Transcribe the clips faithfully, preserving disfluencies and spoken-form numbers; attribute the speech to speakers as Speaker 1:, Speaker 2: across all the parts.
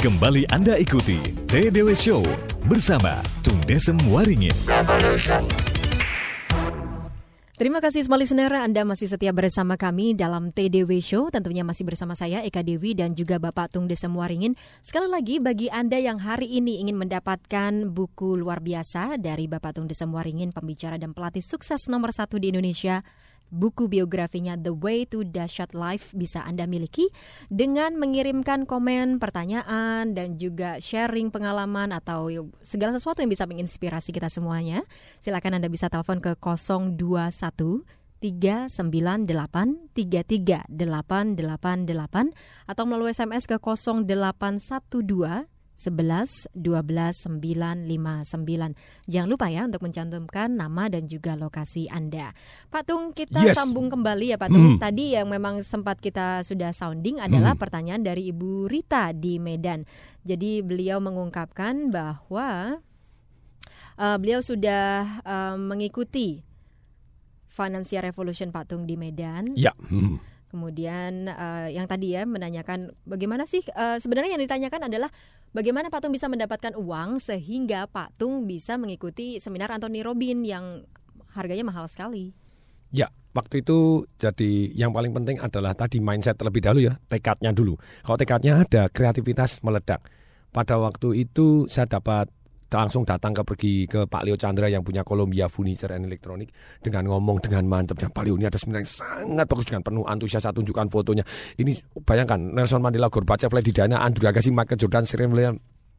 Speaker 1: Kembali Anda ikuti T D W Show bersama Tung Desem Waringin.
Speaker 2: Terima kasih semua listener, Anda masih setia bersama kami dalam T D W Show. Tentunya masih bersama saya Eka Dewi dan juga Bapak Tung Desem Waringin. Sekali lagi bagi Anda yang hari ini ingin mendapatkan buku luar biasa dari Bapak Tung Desem Waringin, pembicara dan pelatih sukses nomor satu di Indonesia, buku biografinya The Way to Dahsyat Life bisa Anda miliki dengan mengirimkan komen, pertanyaan, dan juga sharing pengalaman atau segala sesuatu yang bisa menginspirasi kita semuanya. Silakan Anda bisa telepon ke nol dua satu tiga sembilan delapan tiga tiga delapan delapan delapan atau melalui S M S ke nol delapan satu dua sebelas dua belas sembilan lima sembilan. Jangan lupa ya untuk mencantumkan nama dan juga lokasi Anda. Pak Tung, kita yes. sambung kembali ya Pak Tung. Mm. Tadi yang memang sempat kita sudah sounding adalah mm. pertanyaan dari Ibu Rita di Medan. Jadi beliau mengungkapkan bahwa uh, beliau sudah uh, mengikuti Financial Revolution Pak Tung di Medan.
Speaker 3: Ya. Mm.
Speaker 2: Kemudian uh, yang tadi ya menanyakan bagaimana sih uh, sebenarnya yang ditanyakan adalah bagaimana Pak Tung bisa mendapatkan uang sehingga Pak Tung bisa mengikuti seminar Anthony Robbins yang harganya mahal sekali.
Speaker 3: Ya, waktu itu jadi yang paling penting adalah tadi mindset terlebih dahulu ya, tekadnya dulu. Kalau tekadnya ada, kreativitas meledak. Pada waktu itu saya dapat langsung datang ke pergi ke Pak Leo Chandra yang punya Columbia Furniture and Electronic dengan ngomong dengan mantapnya, Pak Leo ini ada seminar yang sangat bagus dengan penuh antusias, saya tunjukkan fotonya. Ini bayangkan Nelson Mandela, Gorbachev, Lady Diana, Andrew Agassi, Michael Jordan, Serena Williams,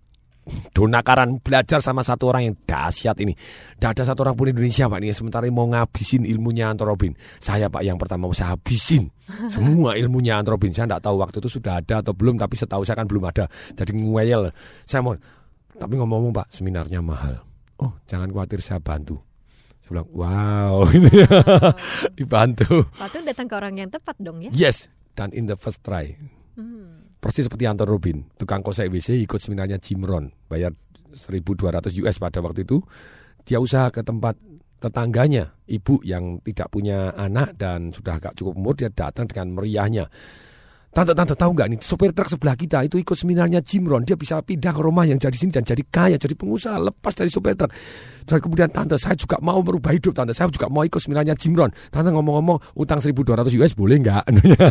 Speaker 3: Donakaran belajar sama satu orang yang dahsyat ini. Tidak ada satu orang pun Indonesia Pak ini sementara mau ngabisin ilmunya Anthony Robbins. Saya Pak yang pertama mau saya habisin semua ilmunya Anthony Robbins. Saya tidak tahu waktu itu sudah ada atau belum, tapi setahu saya kan belum ada. Jadi ngeyel. Saya mau Tapi ngomong-ngomong Pak, seminarnya mahal. Oh, jangan khawatir, saya bantu. Saya bilang, wow, ini wow. dibantu.
Speaker 2: Pak Tung datang ke orang yang tepat dong ya?
Speaker 3: Yes, dan in the first try. Hmm. Persis seperti Anthony Robbins, tukang kosek W C ikut seminarnya Jim Rohn, bayar seribu dua ratus U S pada waktu itu. Dia usaha ke tempat tetangganya, ibu yang tidak punya anak dan sudah agak cukup umur, dia datang dengan meriahnya. Tante-tante tahu nggak nih, sopir truk sebelah kita itu ikut seminarnya Jim Rohn. Dia bisa pindah ke rumah yang jadi sini dan jadi kaya, jadi pengusaha, lepas dari sopir truk. Dan kemudian tante, saya juga mau merubah hidup tante, saya juga mau ikut seminarnya Jim Rohn. Tante ngomong-ngomong, utang seribu dua ratus U S boleh nggak?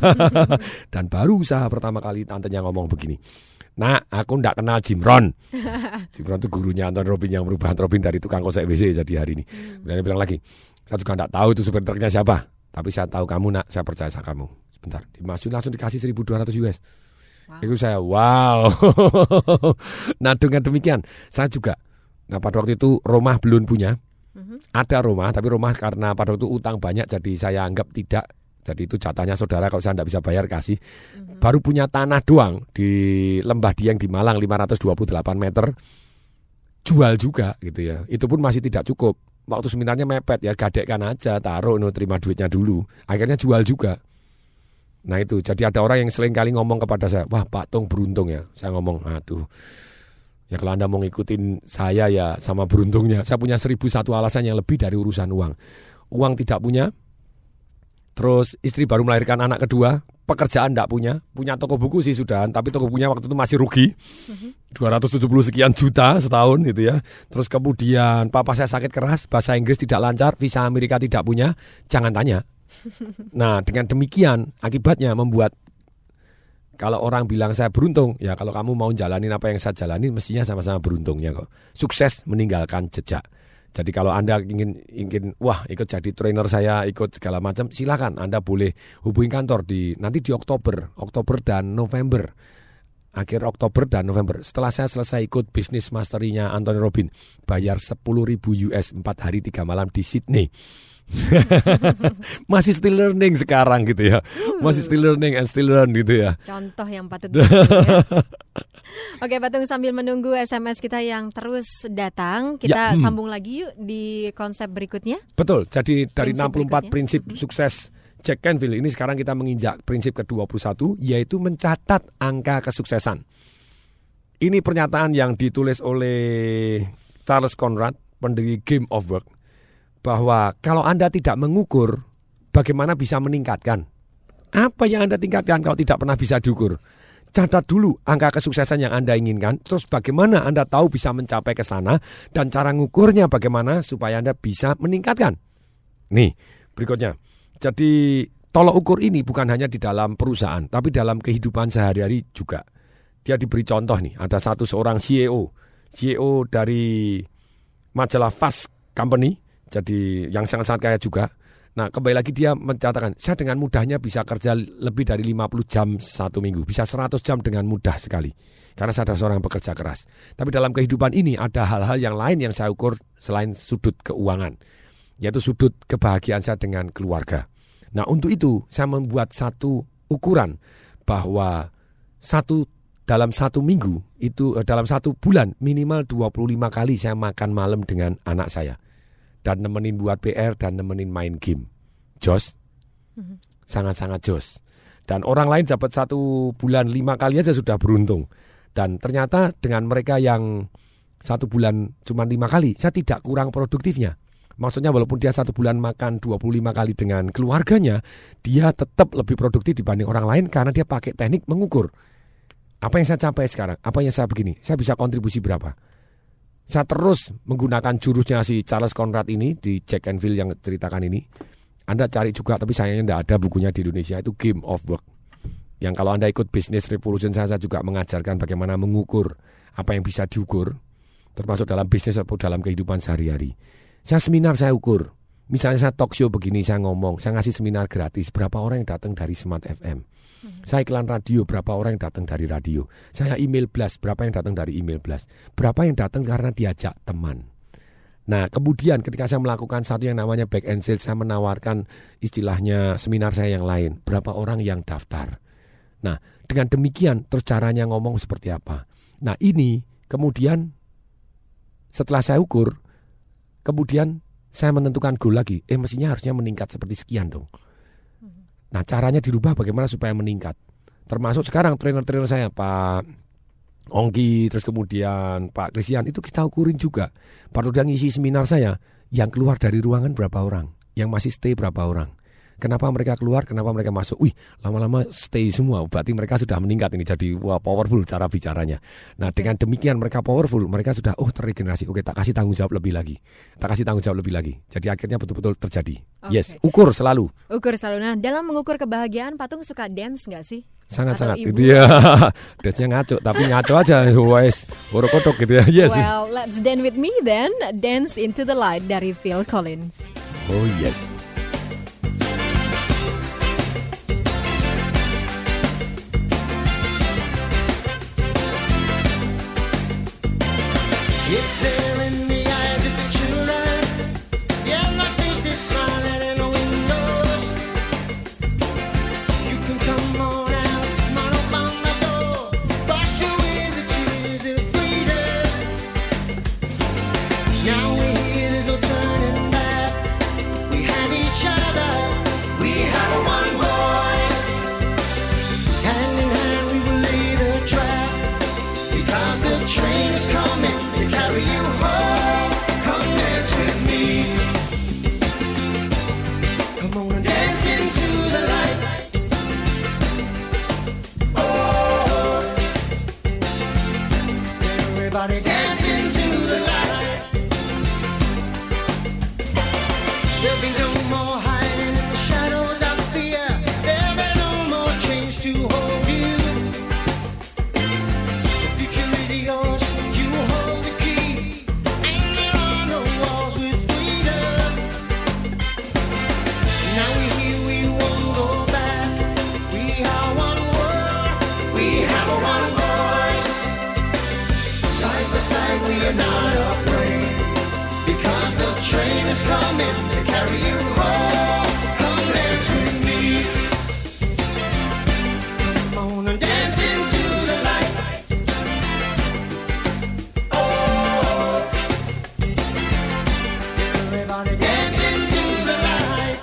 Speaker 3: Dan baru usaha pertama kali tantenya ngomong begini. Nah, aku nggak kenal Jim Rohn. Jim Rohn itu gurunya Anthony Robbins yang merubah Anthony Robbins dari tukang kosek W C jadi hari ini. Kemudian dia bilang lagi, saya juga nggak tahu itu sopir truknya siapa. Tapi saya tahu kamu nak, saya percaya sama kamu. Sebentar, dimasukin langsung dikasih seribu dua ratus U S. Wow. Itu saya, wow. Nah dengan demikian, saya juga. Nah pada waktu itu rumah belum punya. Mm-hmm. Ada rumah, tapi rumah karena pada waktu itu utang banyak, jadi saya anggap tidak. Jadi itu jatahnya saudara, kalau saya tidak bisa bayar kasih. Mm-hmm. Baru punya tanah doang di Lembah Dieng di Malang, lima ratus dua puluh delapan meter. Jual juga gitu ya. Itu pun masih tidak cukup. Waktu seminarnya mepet ya, gadekkan aja, taruh, no, terima duitnya dulu. Akhirnya jual juga. Nah itu, jadi ada orang yang sering kali ngomong kepada saya, wah Pak Tung beruntung ya. Saya ngomong, aduh, ya kalau Anda mau ngikutin saya ya sama beruntungnya. Saya punya seribu satu alasan yang lebih dari urusan uang. Uang tidak punya, terus istri baru melahirkan anak kedua, pekerjaan tidak punya, punya toko buku sih sudah, tapi toko bukunya waktu itu masih rugi, dua ratus tujuh puluh sekian juta setahun gitu ya. Terus kemudian papa saya sakit keras, bahasa Inggris tidak lancar, visa Amerika tidak punya, jangan tanya. Nah dengan demikian akibatnya membuat kalau orang bilang saya beruntung, ya kalau kamu mau jalanin apa yang saya jalanin mestinya sama-sama beruntungnya kok. Sukses meninggalkan jejak. Jadi kalau Anda ingin ingin wah ikut jadi trainer saya, ikut segala macam, silakan Anda boleh hubungi kantor di nanti di Oktober, Oktober dan November. Akhir Oktober dan November. Setelah saya selesai ikut bisnis mastery-nya Anthony Robbins, bayar sepuluh ribu U S empat hari tiga malam di Sydney. Masih still learning sekarang gitu ya. Masih still learning and still learn gitu ya.
Speaker 2: Contoh yang patut dicontoh. Oke, Pak Tung, sambil menunggu S M S kita yang terus datang, kita ya, hmm. sambung lagi yuk di konsep berikutnya.
Speaker 3: Betul. Jadi dari prinsip enam puluh empat berikutnya. Prinsip hmm. sukses Jack Canfield ini sekarang kita menginjak prinsip ke dua puluh satu, yaitu mencatat angka kesuksesan. Ini pernyataan yang ditulis oleh Charles Conrad, pendiri Game of Work, bahwa kalau Anda tidak mengukur, bagaimana bisa meningkatkan? Apa yang Anda tingkatkan kalau tidak pernah bisa diukur? catat dulu angka kesuksesan yang Anda inginkan, terus bagaimana Anda tahu bisa mencapai ke sana, dan cara ngukurnya bagaimana supaya Anda bisa meningkatkan. Nih, berikutnya. Jadi tolok ukur ini bukan hanya di dalam perusahaan, tapi dalam kehidupan sehari-hari juga. Dia diberi contoh nih, ada satu seorang C E O, C E O dari majalah Fast Company, jadi yang sangat-sangat kaya juga. Nah, kembali lagi dia mencatatkan, saya dengan mudahnya bisa kerja lebih dari lima puluh jam satu minggu, bisa seratus jam dengan mudah sekali. Karena saya adalah seorang pekerja keras. Tapi dalam kehidupan ini ada hal-hal yang lain yang saya ukur selain sudut keuangan, yaitu sudut kebahagiaan saya dengan keluarga. Nah, untuk itu saya membuat satu ukuran bahwa satu dalam satu minggu itu dalam satu bulan minimal dua puluh lima kali saya makan malam dengan anak saya. Dan nemenin buat P R dan nemenin main game. Jos, mm-hmm. sangat-sangat jos. Dan orang lain dapat satu bulan lima kali aja sudah beruntung. Dan ternyata dengan mereka yang satu bulan cuma lima kali, saya tidak kurang produktifnya. Maksudnya walaupun dia satu bulan makan dua puluh lima kali dengan keluarganya, dia tetap lebih produktif dibanding orang lain karena dia pakai teknik mengukur. Apa yang saya capai sekarang? Apa yang saya begini? Saya bisa kontribusi berapa? Saya terus menggunakan jurusnya si Charles Conrad ini di Jack and Jill yang ceritakan ini. Anda cari juga, tapi sayangnya tidak ada bukunya di Indonesia, itu Game of Work. Yang kalau Anda ikut Business Revolution, saya, saya juga mengajarkan bagaimana mengukur apa yang bisa diukur, termasuk dalam bisnis atau dalam kehidupan sehari-hari. Saya seminar, saya ukur. Misalnya saya talk show begini, saya ngomong, saya ngasih seminar gratis, berapa orang yang datang dari Smart F M. Saya iklan radio, berapa orang yang datang dari radio. Saya email blast, berapa yang datang dari email blast. Berapa yang datang karena diajak teman. Nah, kemudian ketika saya melakukan satu yang namanya back end sales, saya menawarkan istilahnya seminar saya yang lain. Berapa orang yang daftar. Nah, dengan demikian terus caranya ngomong seperti apa. Nah, ini kemudian setelah saya ukur, kemudian saya menentukan goal lagi. Eh, mestinya harusnya meningkat seperti sekian dong. Nah, caranya dirubah bagaimana supaya meningkat. Termasuk sekarang trainer-trainer saya, Pak Ongki, terus kemudian Pak Christian, itu kita ukurin juga. Pada udah ngisi seminar saya, yang keluar dari ruangan berapa orang, yang masih stay berapa orang. Kenapa mereka keluar, kenapa mereka masuk. Wih, lama-lama stay semua, berarti mereka sudah meningkat ini. Jadi wah, powerful cara bicaranya. Nah, dengan demikian mereka powerful, mereka sudah oh terregenerasi. Oke, tak kasih tanggung jawab lebih lagi. Tak kasih tanggung jawab lebih lagi. Jadi akhirnya betul-betul terjadi. Okay. Yes, ukur selalu.
Speaker 2: Ukur selalu. Nah, dalam mengukur kebahagiaan, Patung suka dance nggak sih?
Speaker 3: Sangat-sangat sangat. Itu ya. Dance-nya ngaco, tapi ngaco aja. Wes, boro-kodok gitu ya. Yes.
Speaker 2: Well, let's dance with me then. Dance into the Light dari Phil Collins.
Speaker 3: Oh yes.
Speaker 4: It's there in the eyes of the children. Yeah, my face is smiling in the windows. You can come on out, come on up on my door. Wash away the tears of freedom. Now we're here, there's no turning back. We have each other, we have one voice. Hand in hand we will lay the track, because the train is coming. Carry you home, come dance with me. Come on and dance into the light. Oh, everybody dance into the light. There'll be no more hiding in the shadows of fear. There'll be no more chains to hold you. The future is yours. We are not afraid, because the train is coming to carry you home. Come dance with me. Come on and dance into the light. Oh, everybody dance into the light.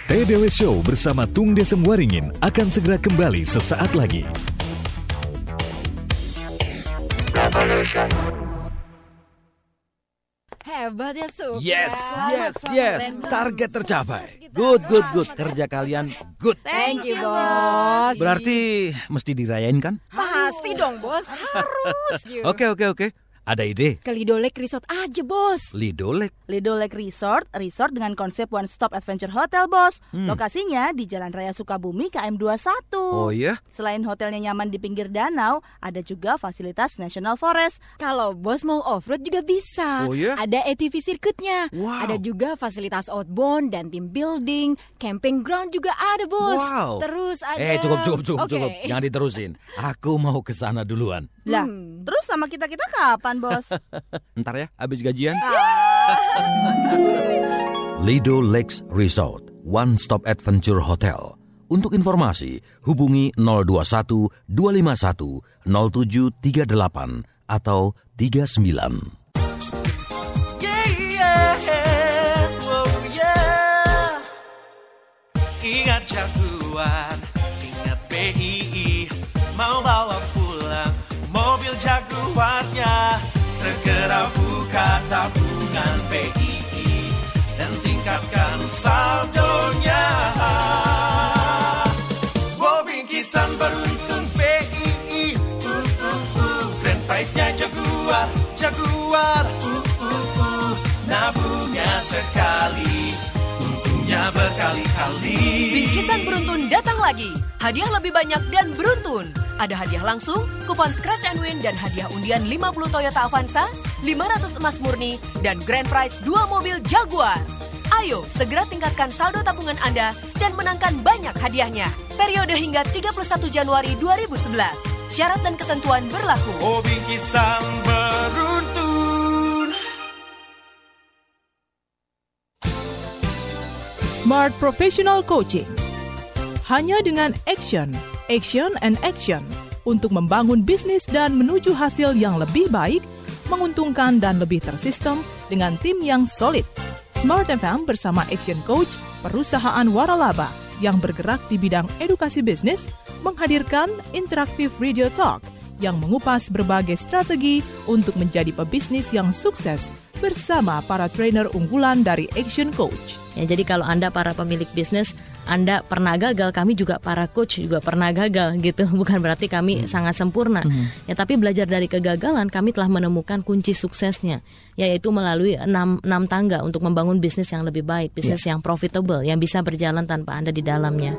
Speaker 1: T D W Show bersama Tung Desem Waringin akan segera kembali sesaat lagi.
Speaker 2: Hebat ya, Suk.
Speaker 5: Yes, yes,
Speaker 2: Selamat
Speaker 5: yes.
Speaker 2: keren.
Speaker 5: Target tercapai.
Speaker 2: Sukses kita.
Speaker 5: Good, good, good. Kerja kalian good.
Speaker 2: Thank you, Bos.
Speaker 5: Berarti mesti dirayain kan?
Speaker 2: Pasti dong, Bos. Harus.
Speaker 5: Oke, oke, oke. Ada ide?
Speaker 2: Ke Lido Lake Resort aja, Bos.
Speaker 5: Lido Lake.
Speaker 6: Lido Lake Resort, resort dengan konsep One Stop Adventure Hotel, Bos.
Speaker 5: Hmm.
Speaker 6: Lokasinya di Jalan Raya Sukabumi K M dua puluh satu.
Speaker 5: Oh iya?
Speaker 6: Selain hotelnya nyaman di pinggir danau, ada juga fasilitas National Forest.
Speaker 2: Kalau Bos mau off-road juga bisa.
Speaker 5: Oh, iya?
Speaker 2: Ada A T V sirkuitnya.
Speaker 5: Wow.
Speaker 2: Ada juga fasilitas outbound dan team building. Camping ground juga ada, Bos.
Speaker 5: Wow.
Speaker 2: Terus ada...
Speaker 5: Eh, cukup, cukup, cukup,
Speaker 2: Oke.
Speaker 5: cukup. Jangan diterusin. Aku mau ke sana duluan.
Speaker 6: Lah,
Speaker 2: Hmm.
Speaker 6: terus sama kita-kita kapan, Bos?
Speaker 5: Ntar ya, habis gajian. Lido Lakes Resort, One Stop Adventure Hotel. Untuk informasi, hubungi nol dua satu dua lima satu nol tujuh tiga delapan atau tiga sembilan.
Speaker 4: Yeah, yeah, oh yeah. Ingat jagoan, ingat B I I, mau bawa pulang mobil jagoannya. Segera buka tabungan B I I dan tingkatkan saldonya. Wow, bingkisan beruntung B I I, uh, uh, uh. Grand prize-nya Jaguar, Jaguar, uh, uh, uh. Nabungnya sekali, untungnya berkali-kali.
Speaker 7: Bingkisan beruntun datang lagi. Hadiah lebih banyak dan beruntun. Ada hadiah langsung, kupon scratch and win dan hadiah undian lima puluh Toyota Avanza, lima ratus emas murni, dan grand prize dua mobil Jaguar. Ayo, segera tingkatkan saldo tabungan Anda dan menangkan banyak hadiahnya. Periode hingga tiga puluh satu Januari dua ribu sebelas. Syarat dan ketentuan berlaku.
Speaker 4: Oh, bingkisan beruntun.
Speaker 8: Smart Professional Coaching. Hanya dengan action, action and action untuk membangun bisnis dan menuju hasil yang lebih baik, menguntungkan dan lebih tersistem dengan tim yang solid. Smart F M bersama Action Coach, perusahaan waralaba yang bergerak di bidang edukasi bisnis, menghadirkan interaktif radio talk yang mengupas berbagai strategi untuk menjadi pebisnis yang sukses bersama para trainer unggulan dari Action Coach.
Speaker 9: Ya, jadi kalau Anda para pemilik bisnis, Anda pernah gagal, kami juga para coach juga pernah gagal gitu. Bukan berarti kami hmm. sangat sempurna. Hmm. Ya, tapi belajar dari kegagalan kami telah menemukan kunci suksesnya, yaitu melalui enam, enam tangga untuk membangun bisnis yang lebih baik, bisnis yeah. yang profitable, yang bisa berjalan tanpa Anda di dalamnya.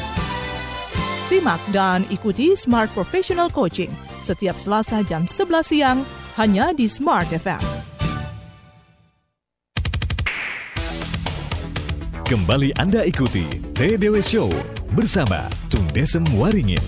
Speaker 8: Simak dan ikuti Smart Professional Coaching setiap Selasa jam sebelas siang hanya di Smart F M.
Speaker 1: Kembali Anda ikuti T D W Show bersama Tung Desem Waringin.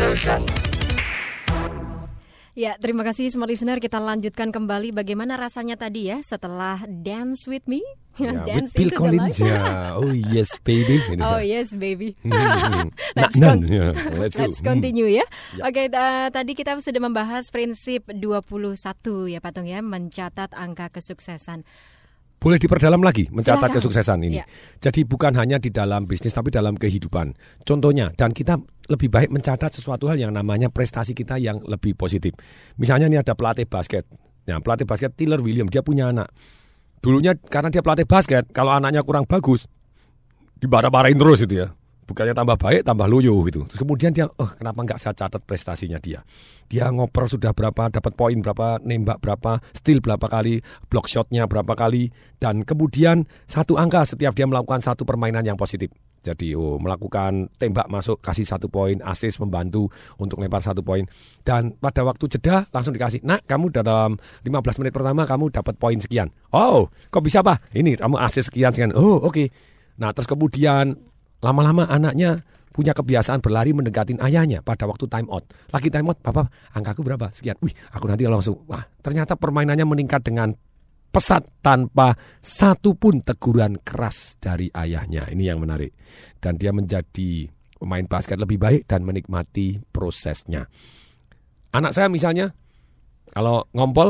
Speaker 2: Ya, terima kasih Smart Listener. Kita lanjutkan kembali bagaimana rasanya tadi ya setelah Dance With Me.
Speaker 3: Ya,
Speaker 2: Dance
Speaker 3: with Phil
Speaker 2: into the
Speaker 3: Collins
Speaker 2: light.
Speaker 3: ya. Oh yes baby.
Speaker 2: Oh yes baby.
Speaker 3: Hmm.
Speaker 2: Let's,
Speaker 3: Nah,
Speaker 2: con-
Speaker 3: nah, yeah. Let's go.
Speaker 2: let's continue ya.
Speaker 3: Ya.
Speaker 2: Oke, uh, tadi kita sudah membahas prinsip dua puluh satu ya Patung ya, mencatat angka kesuksesan.
Speaker 3: Boleh diperdalam lagi mencatat
Speaker 2: Silakan.
Speaker 3: kesuksesan ini.
Speaker 2: Ya.
Speaker 3: Jadi bukan hanya di dalam bisnis tapi dalam kehidupan. Contohnya, dan kita lebih baik mencatat sesuatu hal yang namanya prestasi kita yang lebih positif. Misalnya ini ada pelatih basket. Nah, pelatih basket Tyler Williams, dia punya anak. Dulunya karena dia pelatih basket, kalau anaknya kurang bagus, dibarah-barahin terus gitu ya. Bukannya tambah baik, tambah loyo gitu. Terus kemudian dia, oh kenapa nggak saya catat prestasinya dia. Dia ngoper sudah berapa, dapat poin berapa, nembak berapa, steal berapa kali, block shotnya berapa kali. Dan kemudian satu angka setiap dia melakukan satu permainan yang positif. Jadi oh melakukan tembak masuk, kasih satu poin, assist membantu untuk lempar satu poin. Dan pada waktu jeda langsung dikasih, nah kamu dalam lima belas menit pertama kamu dapat poin sekian. Oh kok bisa Pak? Ini kamu assist sekian sekian. Oh oke. Okay. Nah terus kemudian lama-lama anaknya punya kebiasaan berlari mendekatin ayahnya pada waktu time out. Lagi time out, Papa, angkaku berapa? Sekian. Wih, aku nanti langsung, wah ternyata permainannya meningkat dengan pesat tanpa satu pun teguran keras dari ayahnya. Ini yang menarik. Dan dia menjadi pemain basket lebih baik dan menikmati prosesnya. Anak saya misalnya, kalau ngompol,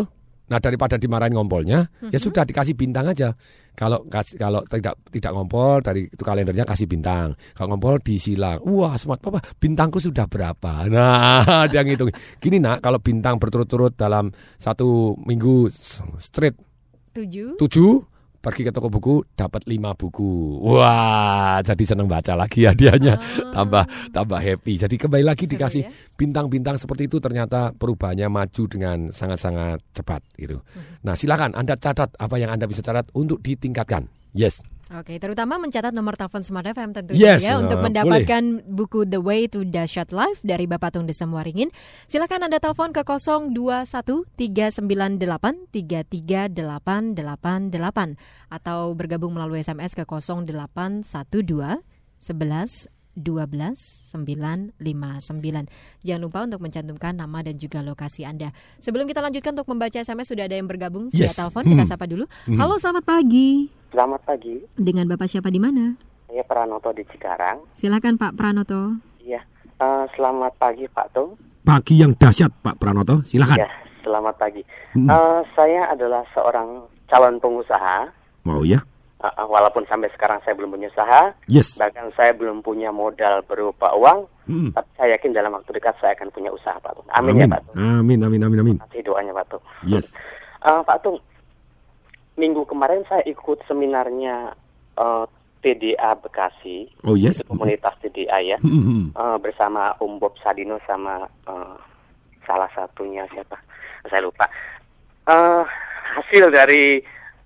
Speaker 3: Nah daripada dimarahin ngompolnya,
Speaker 2: Mm-hmm.
Speaker 3: ya sudah dikasih bintang aja. Kalau kasih kalau tidak tidak ngompol dari itu kalendernya kasih bintang. Kalau ngompol disilang. Wah smart papa, bintangku sudah berapa? Nah dia ngitung. Gini nak, kalau bintang berturut-turut dalam satu minggu straight
Speaker 2: Tujuh.
Speaker 3: tujuh, pergi ke toko buku dapat lima buku. Wah, jadi seneng baca lagi hadiahnya.
Speaker 2: Ah.
Speaker 3: Tambah tambah happy. Jadi kembali lagi
Speaker 2: Seru
Speaker 3: dikasih
Speaker 2: ya.
Speaker 3: bintang-bintang seperti itu, ternyata perubahannya maju dengan sangat-sangat cepat gitu. Nah, silakan Anda catat apa yang Anda bisa catat untuk ditingkatkan. Yes.
Speaker 2: Oke, terutama mencatat nomor telepon Smart F M tentunya
Speaker 3: Yes,
Speaker 2: ya, untuk
Speaker 3: uh,
Speaker 2: mendapatkan buku The Way to Dahsyat Life dari Bapak Tung Desem Waringin. Silakan Anda telepon ke nol dua satu tiga sembilan delapan tiga tiga delapan delapan delapan atau bergabung melalui S M S ke nol delapan satu dua sebelas dua belas sembilan lima sembilan. Jangan lupa untuk mencantumkan nama dan juga lokasi Anda. Sebelum kita lanjutkan untuk membaca S M S, sudah ada yang bergabung via
Speaker 3: Yes.
Speaker 2: telepon.
Speaker 3: Hmm.
Speaker 2: Kita sapa dulu. Halo, selamat pagi.
Speaker 10: Selamat pagi,
Speaker 2: Dengan Bapak siapa di mana?
Speaker 10: saya Pranoto di Cikarang.
Speaker 2: Silakan Pak Pranoto.
Speaker 10: Iya, eh, selamat pagi Pak Tung.
Speaker 3: Pagi yang dahsyat Pak Pranoto, silakan.
Speaker 10: Iya, selamat pagi.
Speaker 3: Hmm.
Speaker 10: Eh, saya adalah seorang calon pengusaha.
Speaker 3: Mau ya?
Speaker 10: Eh, eh, walaupun sampai sekarang saya belum punya usaha,
Speaker 3: Yes.
Speaker 10: bahkan saya belum punya modal berupa uang,
Speaker 3: Hmm.
Speaker 10: tapi saya yakin dalam waktu dekat saya akan punya usaha Pak Tung. Amin, ya Pak Tung.
Speaker 3: Amin, amin, amin, amin.
Speaker 10: Kasih doanya Pak Tung.
Speaker 3: Yes.
Speaker 10: Eh, Pak Tung, minggu kemarin saya ikut seminarnya eh, T D A Bekasi,
Speaker 3: Oh yes.
Speaker 10: itu komunitas T D A ya.
Speaker 3: Hmm, hmm.
Speaker 10: Eh, bersama Om Bob Sadino sama eh, salah satunya siapa saya lupa. Eh, hasil dari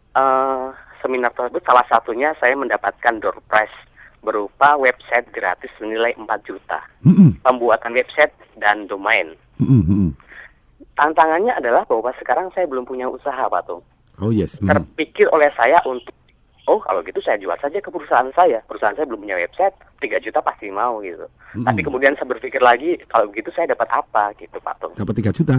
Speaker 10: eh, seminar tersebut salah satunya saya mendapatkan door prize berupa website gratis senilai empat juta,
Speaker 3: Hmm, hmm.
Speaker 10: pembuatan website dan domain.
Speaker 3: Hmm, hmm.
Speaker 10: Tantangannya adalah bahwa sekarang saya belum punya usaha Pak Tung.
Speaker 3: Oh yes. Hmm.
Speaker 10: Terpikir oleh saya untuk, oh kalau gitu saya jual saja ke perusahaan saya. Perusahaan saya belum punya website, tiga juta pasti mau gitu.
Speaker 3: Hmm.
Speaker 10: Tapi kemudian saya berpikir lagi, kalau begitu saya dapat apa gitu Pak Tung.
Speaker 3: Dapat tiga juta.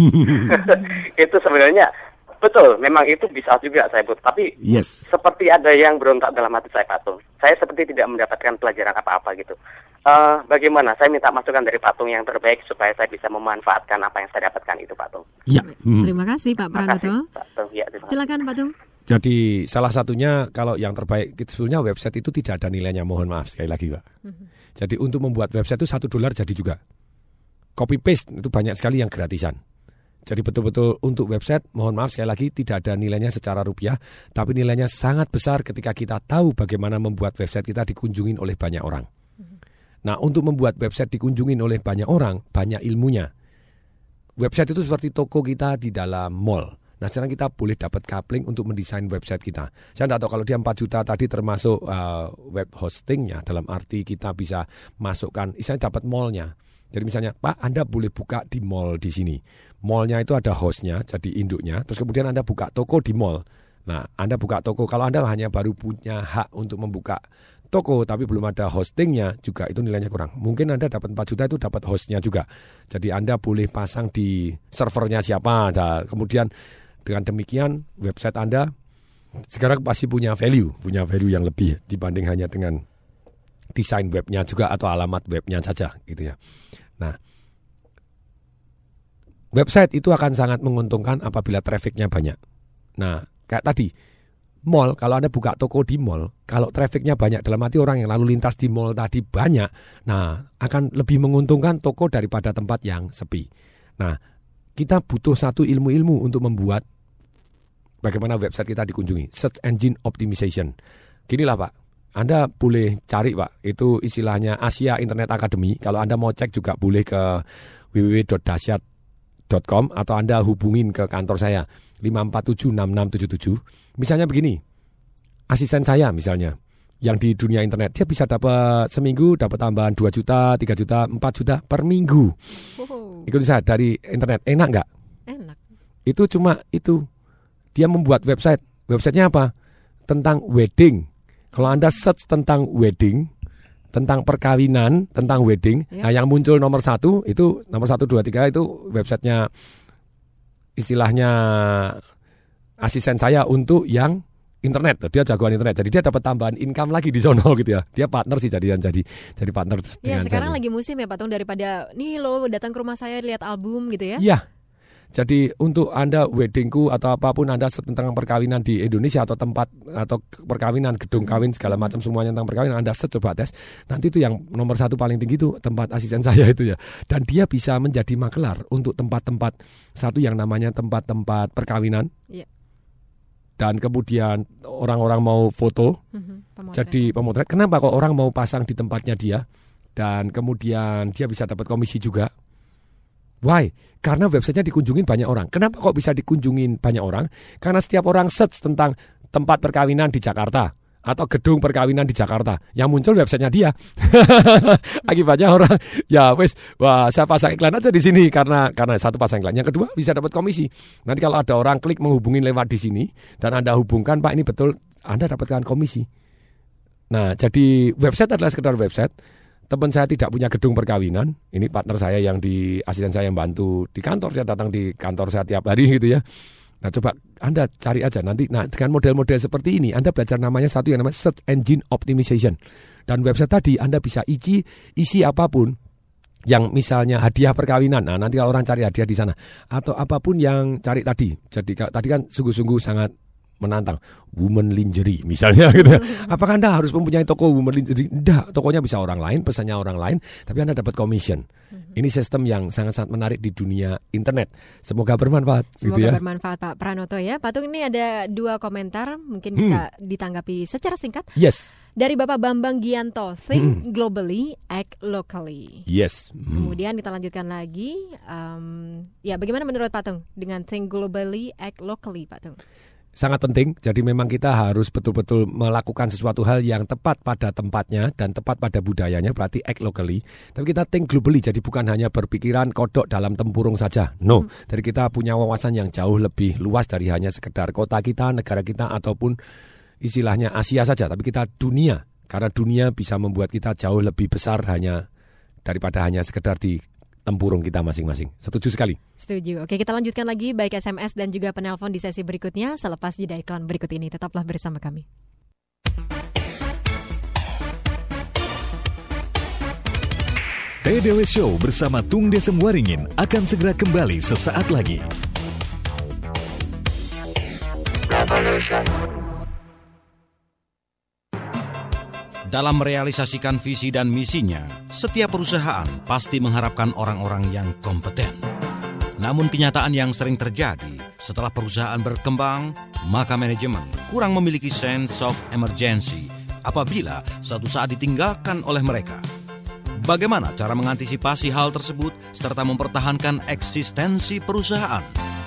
Speaker 10: Itu sebenarnya, betul, memang itu bisa juga saya buat. Tapi
Speaker 3: Yes.
Speaker 10: seperti ada yang berontak dalam hati saya Pak Tung. Saya seperti tidak mendapatkan pelajaran apa-apa gitu. Eh, bagaimana? Saya minta masukan dari Pak Tung yang terbaik supaya saya bisa memanfaatkan apa yang saya dapatkan itu Pak Tung.
Speaker 3: Ya. Hmm.
Speaker 2: Terima kasih Pak
Speaker 10: Terima kasih,
Speaker 2: Pranoto.
Speaker 10: Pak Tung. Ya, terima kasih.
Speaker 2: Silakan Pak Tung.
Speaker 3: Jadi salah satunya kalau yang terbaik itu sebetulnya website itu tidak ada nilainya, mohon maaf sekali lagi Pak. Jadi untuk membuat website itu satu dolar jadi juga. Copy paste itu banyak sekali yang gratisan. Jadi betul-betul untuk website, mohon maaf sekali lagi tidak ada nilainya secara rupiah, tapi nilainya sangat besar ketika kita tahu bagaimana membuat website kita dikunjungin oleh banyak orang. Nah untuk membuat website dikunjungin oleh banyak orang, banyak ilmunya. Website itu seperti toko kita di dalam mall. Nah sekarang kita boleh dapat coupling untuk mendesain website kita. Saya tidak tahu kalau dia empat juta tadi termasuk uh, web hostingnya, dalam arti kita bisa masukkan, misalnya dapat mallnya. Jadi misalnya Pak Anda boleh buka di mall di sini. Mallnya itu ada hostnya, jadi induknya. Terus kemudian Anda buka toko di mall. Nah Anda buka toko, kalau Anda hanya baru punya hak untuk membuka toko tapi belum ada hostingnya juga itu nilainya kurang. Mungkin Anda dapat empat juta itu dapat hostnya juga. Jadi Anda boleh pasang di servernya siapa. Nah, kemudian dengan demikian website Anda sekarang pasti punya value, punya value yang lebih dibanding hanya dengan desain webnya juga atau alamat webnya saja gitu ya. Nah, website itu akan sangat menguntungkan apabila trafficnya banyak. Nah, kayak tadi mall, kalau Anda buka toko di mall, kalau trafficnya banyak, dalam arti orang yang lalu lintas di mall tadi banyak, nah akan lebih menguntungkan toko daripada tempat yang sepi. Nah, kita butuh satu ilmu-ilmu untuk membuat bagaimana website kita dikunjungi. Search Engine Optimization. Ginilah Pak, Anda boleh cari Pak, itu istilahnya Asia Internet Academy. Kalau Anda mau cek juga boleh ke w w w dot dahsyat dot com atau Anda hubungin ke kantor saya lima empat tujuh enam enam tujuh tujuh. Misalnya begini, asisten saya misalnya yang di dunia internet, dia bisa dapat seminggu dapat tambahan dua juta, tiga juta, empat juta per minggu.
Speaker 2: Oh.
Speaker 3: Ikut saya dari internet, enak nggak?
Speaker 2: Enak.
Speaker 3: Itu cuma itu, dia membuat website. Websitenya apa? Tentang wedding. Kalau Anda search tentang wedding, tentang perkawinan, tentang wedding,
Speaker 2: Ya.
Speaker 3: nah yang muncul nomor satu itu nomor satu dua tiga itu websitenya istilahnya asisten saya untuk yang internet. Dia jagoan internet, jadi dia dapat tambahan income lagi di sono gitu ya. Dia partner sih jadian jadi jadi partner.
Speaker 2: Ya
Speaker 3: dengan
Speaker 2: sekarang
Speaker 3: saya.
Speaker 2: lagi musim ya Pak Tung, daripada nih lo datang ke rumah saya lihat album gitu ya.
Speaker 3: Iya. Jadi untuk Anda weddingku atau apapun Anda tentang perkawinan di Indonesia atau tempat atau perkawinan, gedung kawin segala macam semuanya tentang perkawinan Anda set coba tes. Nanti itu yang nomor satu paling tinggi itu tempat asisten saya itu ya. Dan dia bisa menjadi makelar untuk tempat-tempat satu yang namanya tempat-tempat perkawinan. Yeah. Dan kemudian orang-orang mau foto, mm-hmm, jadi pemotret. Kenapa kok orang mau pasang di tempatnya dia? Dan kemudian dia bisa dapat komisi juga. Why? Karena websitenya dikunjungin banyak orang. Kenapa kok bisa dikunjungin banyak orang? Karena setiap orang search tentang tempat perkawinan di Jakarta atau gedung perkawinan di Jakarta, yang muncul websitenya dia. Akibatnya orang, ya wes, wah saya pasang iklan aja di sini karena karena satu pasang iklan. Yang kedua bisa dapat komisi. Nanti kalau ada orang klik menghubungin lewat di sini dan Anda hubungkan, Pak ini betul, Anda dapatkan komisi. Nah, jadi website adalah sekedar website. Teman saya tidak punya gedung perkawinan. Ini partner saya yang di asisten saya yang bantu di kantor. Dia datang di kantor saya tiap hari gitu ya. Nah coba Anda cari aja nanti. Nah dengan model-model seperti ini Anda belajar namanya satu yang namanya Search Engine Optimization. Dan website tadi Anda bisa isi, isi apapun. Yang misalnya hadiah perkawinan. Nah nanti kalau orang cari hadiah di sana. Atau apapun yang cari tadi. Jadi tadi kan sungguh-sungguh sangat menantang, woman lingerie misalnya gitu ya. Apakah Anda harus mempunyai toko woman lingerie? Tidak, tokonya bisa orang lain, pesannya orang lain, tapi Anda dapat commission. Mm-hmm. Ini sistem yang sangat-sangat menarik di dunia internet. Semoga bermanfaat.
Speaker 2: Semoga
Speaker 3: gitu ya.
Speaker 2: bermanfaat Pak Pranoto ya. Patung, ini ada dua komentar, mungkin bisa hmm. ditanggapi secara singkat.
Speaker 3: Yes.
Speaker 2: Dari Bapak Bambang Gianto, think hmm. globally, act locally.
Speaker 3: Yes. Hmm.
Speaker 2: Kemudian kita lanjutkan lagi. Um, ya, bagaimana menurut Patung dengan think globally, act locally, Patung?
Speaker 3: Sangat penting, jadi memang kita harus betul-betul melakukan sesuatu hal yang tepat pada tempatnya dan tepat pada budayanya, berarti act locally. Tapi kita think globally, jadi bukan hanya berpikiran kodok dalam tempurung saja. No, hmm. jadi kita punya wawasan yang jauh lebih luas dari hanya sekedar kota kita, negara kita, ataupun istilahnya Asia saja. Tapi kita dunia, karena dunia bisa membuat kita jauh lebih besar hanya daripada hanya sekedar di tempurung kita masing-masing. Setuju sekali.
Speaker 2: Setuju. Oke, kita lanjutkan lagi baik S M S dan juga penelpon di sesi berikutnya selepas jeda iklan berikut ini. Tetaplah bersama kami.
Speaker 1: T D W Show bersama Tung Desem Waringin akan segera kembali sesaat lagi.
Speaker 5: Revolution. Dalam merealisasikan visi dan misinya, setiap perusahaan pasti mengharapkan orang-orang yang kompeten. Namun kenyataan yang sering terjadi setelah perusahaan berkembang, maka manajemen kurang memiliki sense of emergency apabila suatu saat ditinggalkan oleh mereka. Bagaimana cara mengantisipasi hal tersebut serta mempertahankan eksistensi perusahaan?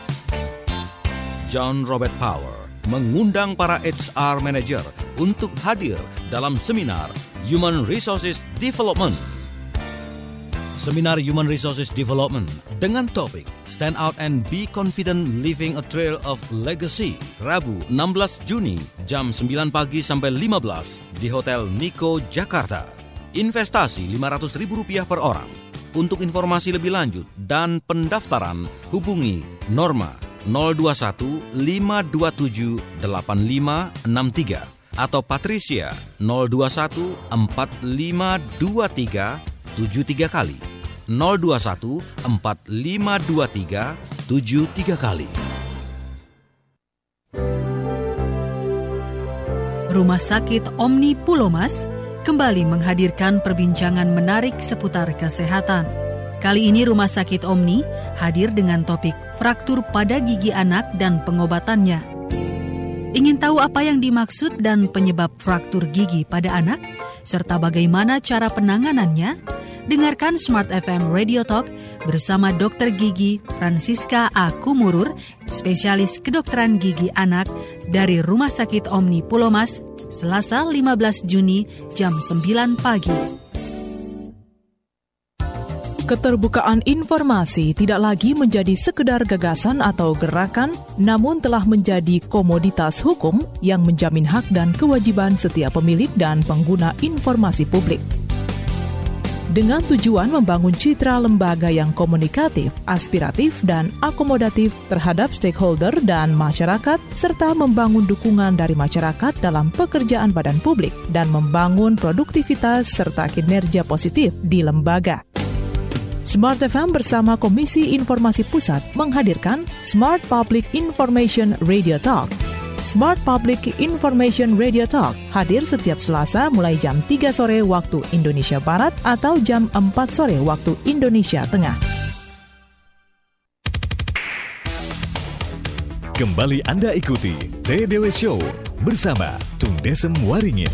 Speaker 5: John Robert Power mengundang para H R manager untuk hadir dalam seminar Human Resources Development. Seminar Human Resources Development dengan topik Stand Out and Be Confident Leaving a Trail of Legacy, Rabu enam belas Juni jam sembilan pagi sampai lima belas di Hotel Niko, Jakarta. Investasi lima ratus ribu rupiah per orang. Untuk informasi lebih lanjut dan pendaftaran hubungi Norma nol dua satu lima dua tujuh delapan lima enam tiga atau Patricia nol dua satu empat lima dua tiga tujuh tiga kali, nol dua satu empat lima dua tiga tujuh tiga kali.
Speaker 11: Rumah Sakit Omni Pulomas kembali menghadirkan perbincangan menarik seputar kesehatan. Kali ini Rumah Sakit Omni hadir dengan topik fraktur pada gigi anak dan pengobatannya. Ingin tahu apa yang dimaksud dan penyebab fraktur gigi pada anak? Serta bagaimana cara penanganannya? Dengarkan Smart F M Radio Talk bersama Dokter Gigi Francisca A. Kumurur, spesialis kedokteran gigi anak dari Rumah Sakit Omni Pulomas, Selasa lima belas Juni jam sembilan pagi.
Speaker 8: Keterbukaan informasi tidak lagi menjadi sekedar gagasan atau gerakan, namun telah menjadi komoditas hukum yang menjamin hak dan kewajiban setiap pemilik dan pengguna informasi publik. Dengan tujuan membangun citra lembaga yang komunikatif, aspiratif, dan akomodatif terhadap stakeholder dan masyarakat, serta membangun dukungan dari masyarakat dalam pekerjaan badan publik, dan membangun produktivitas serta kinerja positif di lembaga. Smart F M bersama Komisi Informasi Pusat menghadirkan Smart Public Information Radio Talk. Smart Public Information Radio Talk hadir setiap Selasa mulai jam tiga sore waktu Indonesia Barat atau jam empat sore waktu Indonesia Tengah.
Speaker 1: Kembali Anda ikuti T D W Show bersama Tung Desem Waringin.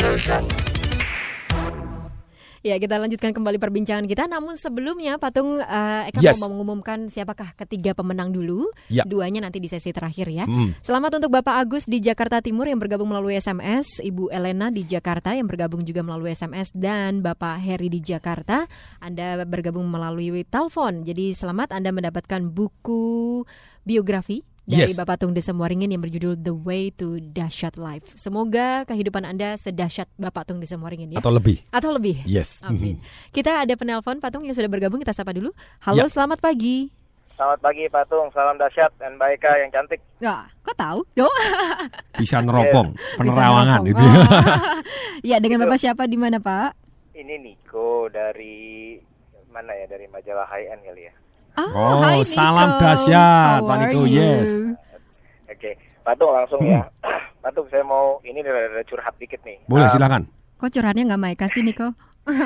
Speaker 2: Ya, kita lanjutkan kembali perbincangan kita. Namun sebelumnya, Patung, uh, Eka
Speaker 3: Yes.
Speaker 2: mau mengumumkan siapakah ketiga pemenang dulu.
Speaker 3: Ya.
Speaker 2: Duanya nanti di sesi terakhir ya.
Speaker 3: Hmm.
Speaker 2: Selamat untuk Bapak Agus di Jakarta Timur yang bergabung melalui S M S, Ibu Elena di Jakarta yang bergabung juga melalui S M S, dan Bapak Heri di Jakarta. Anda bergabung melalui telepon. Jadi selamat, Anda mendapatkan buku biografi dari
Speaker 3: Yes.
Speaker 2: Bapak Tung Desem Waringin yang berjudul The Way to Dahsyat Life. Semoga kehidupan Anda sedahsyat Bapak Tung Desem Waringin ya.
Speaker 3: Atau lebih.
Speaker 2: Atau lebih.
Speaker 3: Yes.
Speaker 2: Amin. Kita ada penelpon Patung yang sudah bergabung, kita sapa dulu. Halo,
Speaker 3: Ya.
Speaker 2: selamat pagi.
Speaker 12: Selamat pagi Patung, salam dahsyat dan Mbak Eka yang cantik.
Speaker 2: Wah, kok tahu? Yo.
Speaker 3: Bisa neropong,
Speaker 2: Bisa
Speaker 3: penerawangan
Speaker 2: neropong.
Speaker 3: itu. ya.
Speaker 2: Oh. Ya, dengan
Speaker 12: Itu.
Speaker 2: Bapak siapa di mana, Pak?
Speaker 12: Ini Niko dari mana ya, dari majalah High End kali ya.
Speaker 3: Oh,
Speaker 2: Hai,
Speaker 3: salam
Speaker 2: Niko.
Speaker 3: dahsyat,
Speaker 2: How
Speaker 3: Pak
Speaker 2: are
Speaker 3: Niko.
Speaker 2: you?
Speaker 3: Yes.
Speaker 12: Oke, Patung langsung
Speaker 3: Hmm.
Speaker 12: ya. Patung saya mau ini ada curhat dikit nih.
Speaker 3: Boleh,
Speaker 12: Ah,
Speaker 3: silakan.
Speaker 2: Kok curhatnya nggak Maika sih, Niko?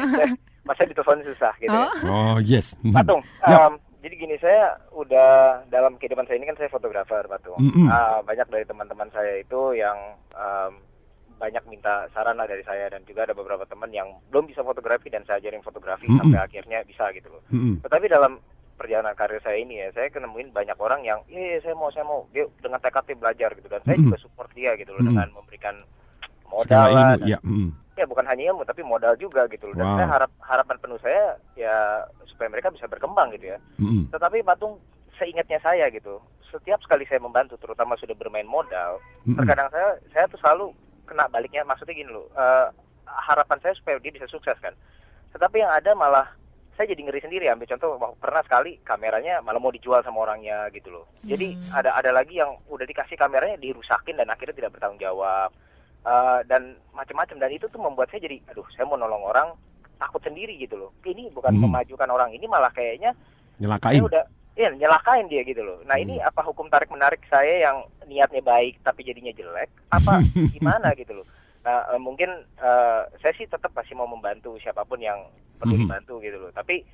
Speaker 12: Masa ditelepon susah gitu
Speaker 2: Oh.
Speaker 12: ya.
Speaker 3: Oh, yes.
Speaker 12: Patung,
Speaker 3: Ya.
Speaker 12: um, jadi gini, saya udah dalam kehidupan saya ini kan saya fotografer Patung.
Speaker 3: Mm-mm.
Speaker 12: Ah, banyak dari teman-teman saya itu yang um, banyak minta saran lah dari saya, dan juga ada beberapa teman yang belum bisa fotografi dan saya ajarin fotografi
Speaker 3: Mm-mm.
Speaker 12: sampai akhirnya bisa gitu loh.
Speaker 3: Mm-mm.
Speaker 12: Tetapi dalam perjalanan karir saya ini ya, saya kenemuin banyak orang yang, iya saya mau, saya mau, dia dengan tekad belajar gitu, dan saya
Speaker 3: Mm-mm.
Speaker 12: juga support dia gitu loh,
Speaker 3: Mm-mm.
Speaker 12: dengan memberikan modal
Speaker 3: Segala
Speaker 12: lah,
Speaker 3: ilmu,
Speaker 12: dan-
Speaker 3: ya. Mm.
Speaker 12: ya bukan hanya ilmu tapi modal juga gitu loh. Dan
Speaker 3: Wow.
Speaker 12: saya harap harapan penuh saya ya supaya mereka bisa berkembang gitu ya.
Speaker 3: Mm-mm.
Speaker 12: Tetapi Patung, seingatnya saya gitu, setiap sekali saya membantu, terutama sudah bermain modal,
Speaker 3: Mm-mm.
Speaker 12: terkadang saya saya tuh selalu kena baliknya. Maksudnya gini loh, eh, harapan saya supaya dia bisa sukses kan. Tetapi yang ada malah saya jadi ngeri sendiri. Ambil contoh, wah, pernah sekali kameranya malah mau dijual sama orangnya gitu loh. Jadi ada ada lagi yang udah dikasih kameranya dirusakin dan akhirnya tidak bertanggung jawab. Eh, dan macam-macam, dan itu tuh membuat saya jadi, aduh, saya mau nolong orang takut sendiri gitu loh. Ini bukan
Speaker 3: Hmm.
Speaker 12: memajukan orang, ini malah kayaknya
Speaker 3: Nyelakain.
Speaker 12: saya udah ya nyelakain dia gitu loh. Nah, ini apa hukum tarik menarik saya yang niatnya baik tapi jadinya jelek, apa gimana gitu loh. Nah, eh, mungkin eh, saya sih tetap masih mau membantu siapapun yang perlu
Speaker 3: Mhm.
Speaker 12: dibantu gitu loh. Tapi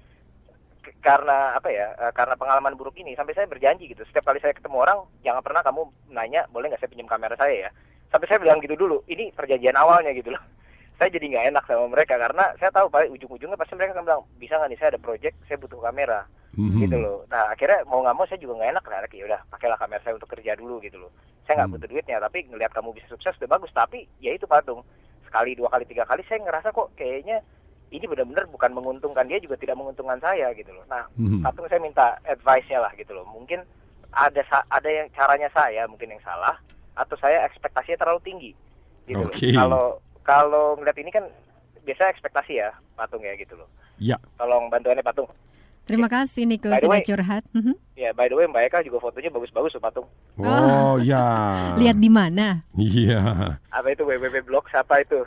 Speaker 12: k- karena apa ya? eh, karena pengalaman buruk ini sampai saya berjanji gitu. Setiap kali saya ketemu orang, jangan pernah kamu nanya, boleh nggak saya pinjam kamera saya ya? Sampai saya bilang gitu dulu. Ini perjanjian awalnya gitu loh. Saya jadi nggak enak sama mereka karena saya tahu paling ujung-ujungnya pasti mereka akan bilang, bisa nggak nih, saya ada project, saya butuh kamera.
Speaker 3: Mhm.
Speaker 12: Gitu loh. Nah, akhirnya mau nggak mau saya juga nggak enak. Nah, ya udah, pakailah kamera saya untuk kerja dulu gitu loh. Saya nggak
Speaker 3: Hmm.
Speaker 12: butuh duitnya, tapi ngelihat kamu bisa sukses udah bagus. Tapi ya itu Patung, sekali dua kali tiga kali saya ngerasa kok kayaknya ini benar-benar bukan menguntungkan dia, juga tidak menguntungkan saya gitu loh. Nah,
Speaker 3: Mhm.
Speaker 12: Patung saya minta advice-nya lah gitu loh. Mungkin ada sa- ada yang caranya saya mungkin yang salah, atau saya ekspektasinya terlalu tinggi gitu loh.
Speaker 3: Oke.
Speaker 12: Kalau kalau ngeliat ini kan biasa ekspektasi ya Patung ya gitu loh.
Speaker 3: Ya.
Speaker 12: Tolong bantuannya Patung.
Speaker 2: Terima kasih, Niko,
Speaker 12: By the
Speaker 2: sudah
Speaker 12: way-
Speaker 2: curhat. Mhm.
Speaker 12: Ya, by the way Mbak Eka juga fotonya bagus-bagus loh Patung.
Speaker 3: Oh, ya.
Speaker 2: Lihat di mana?
Speaker 3: Iya.
Speaker 12: Apa itu W W W Blog siapa itu?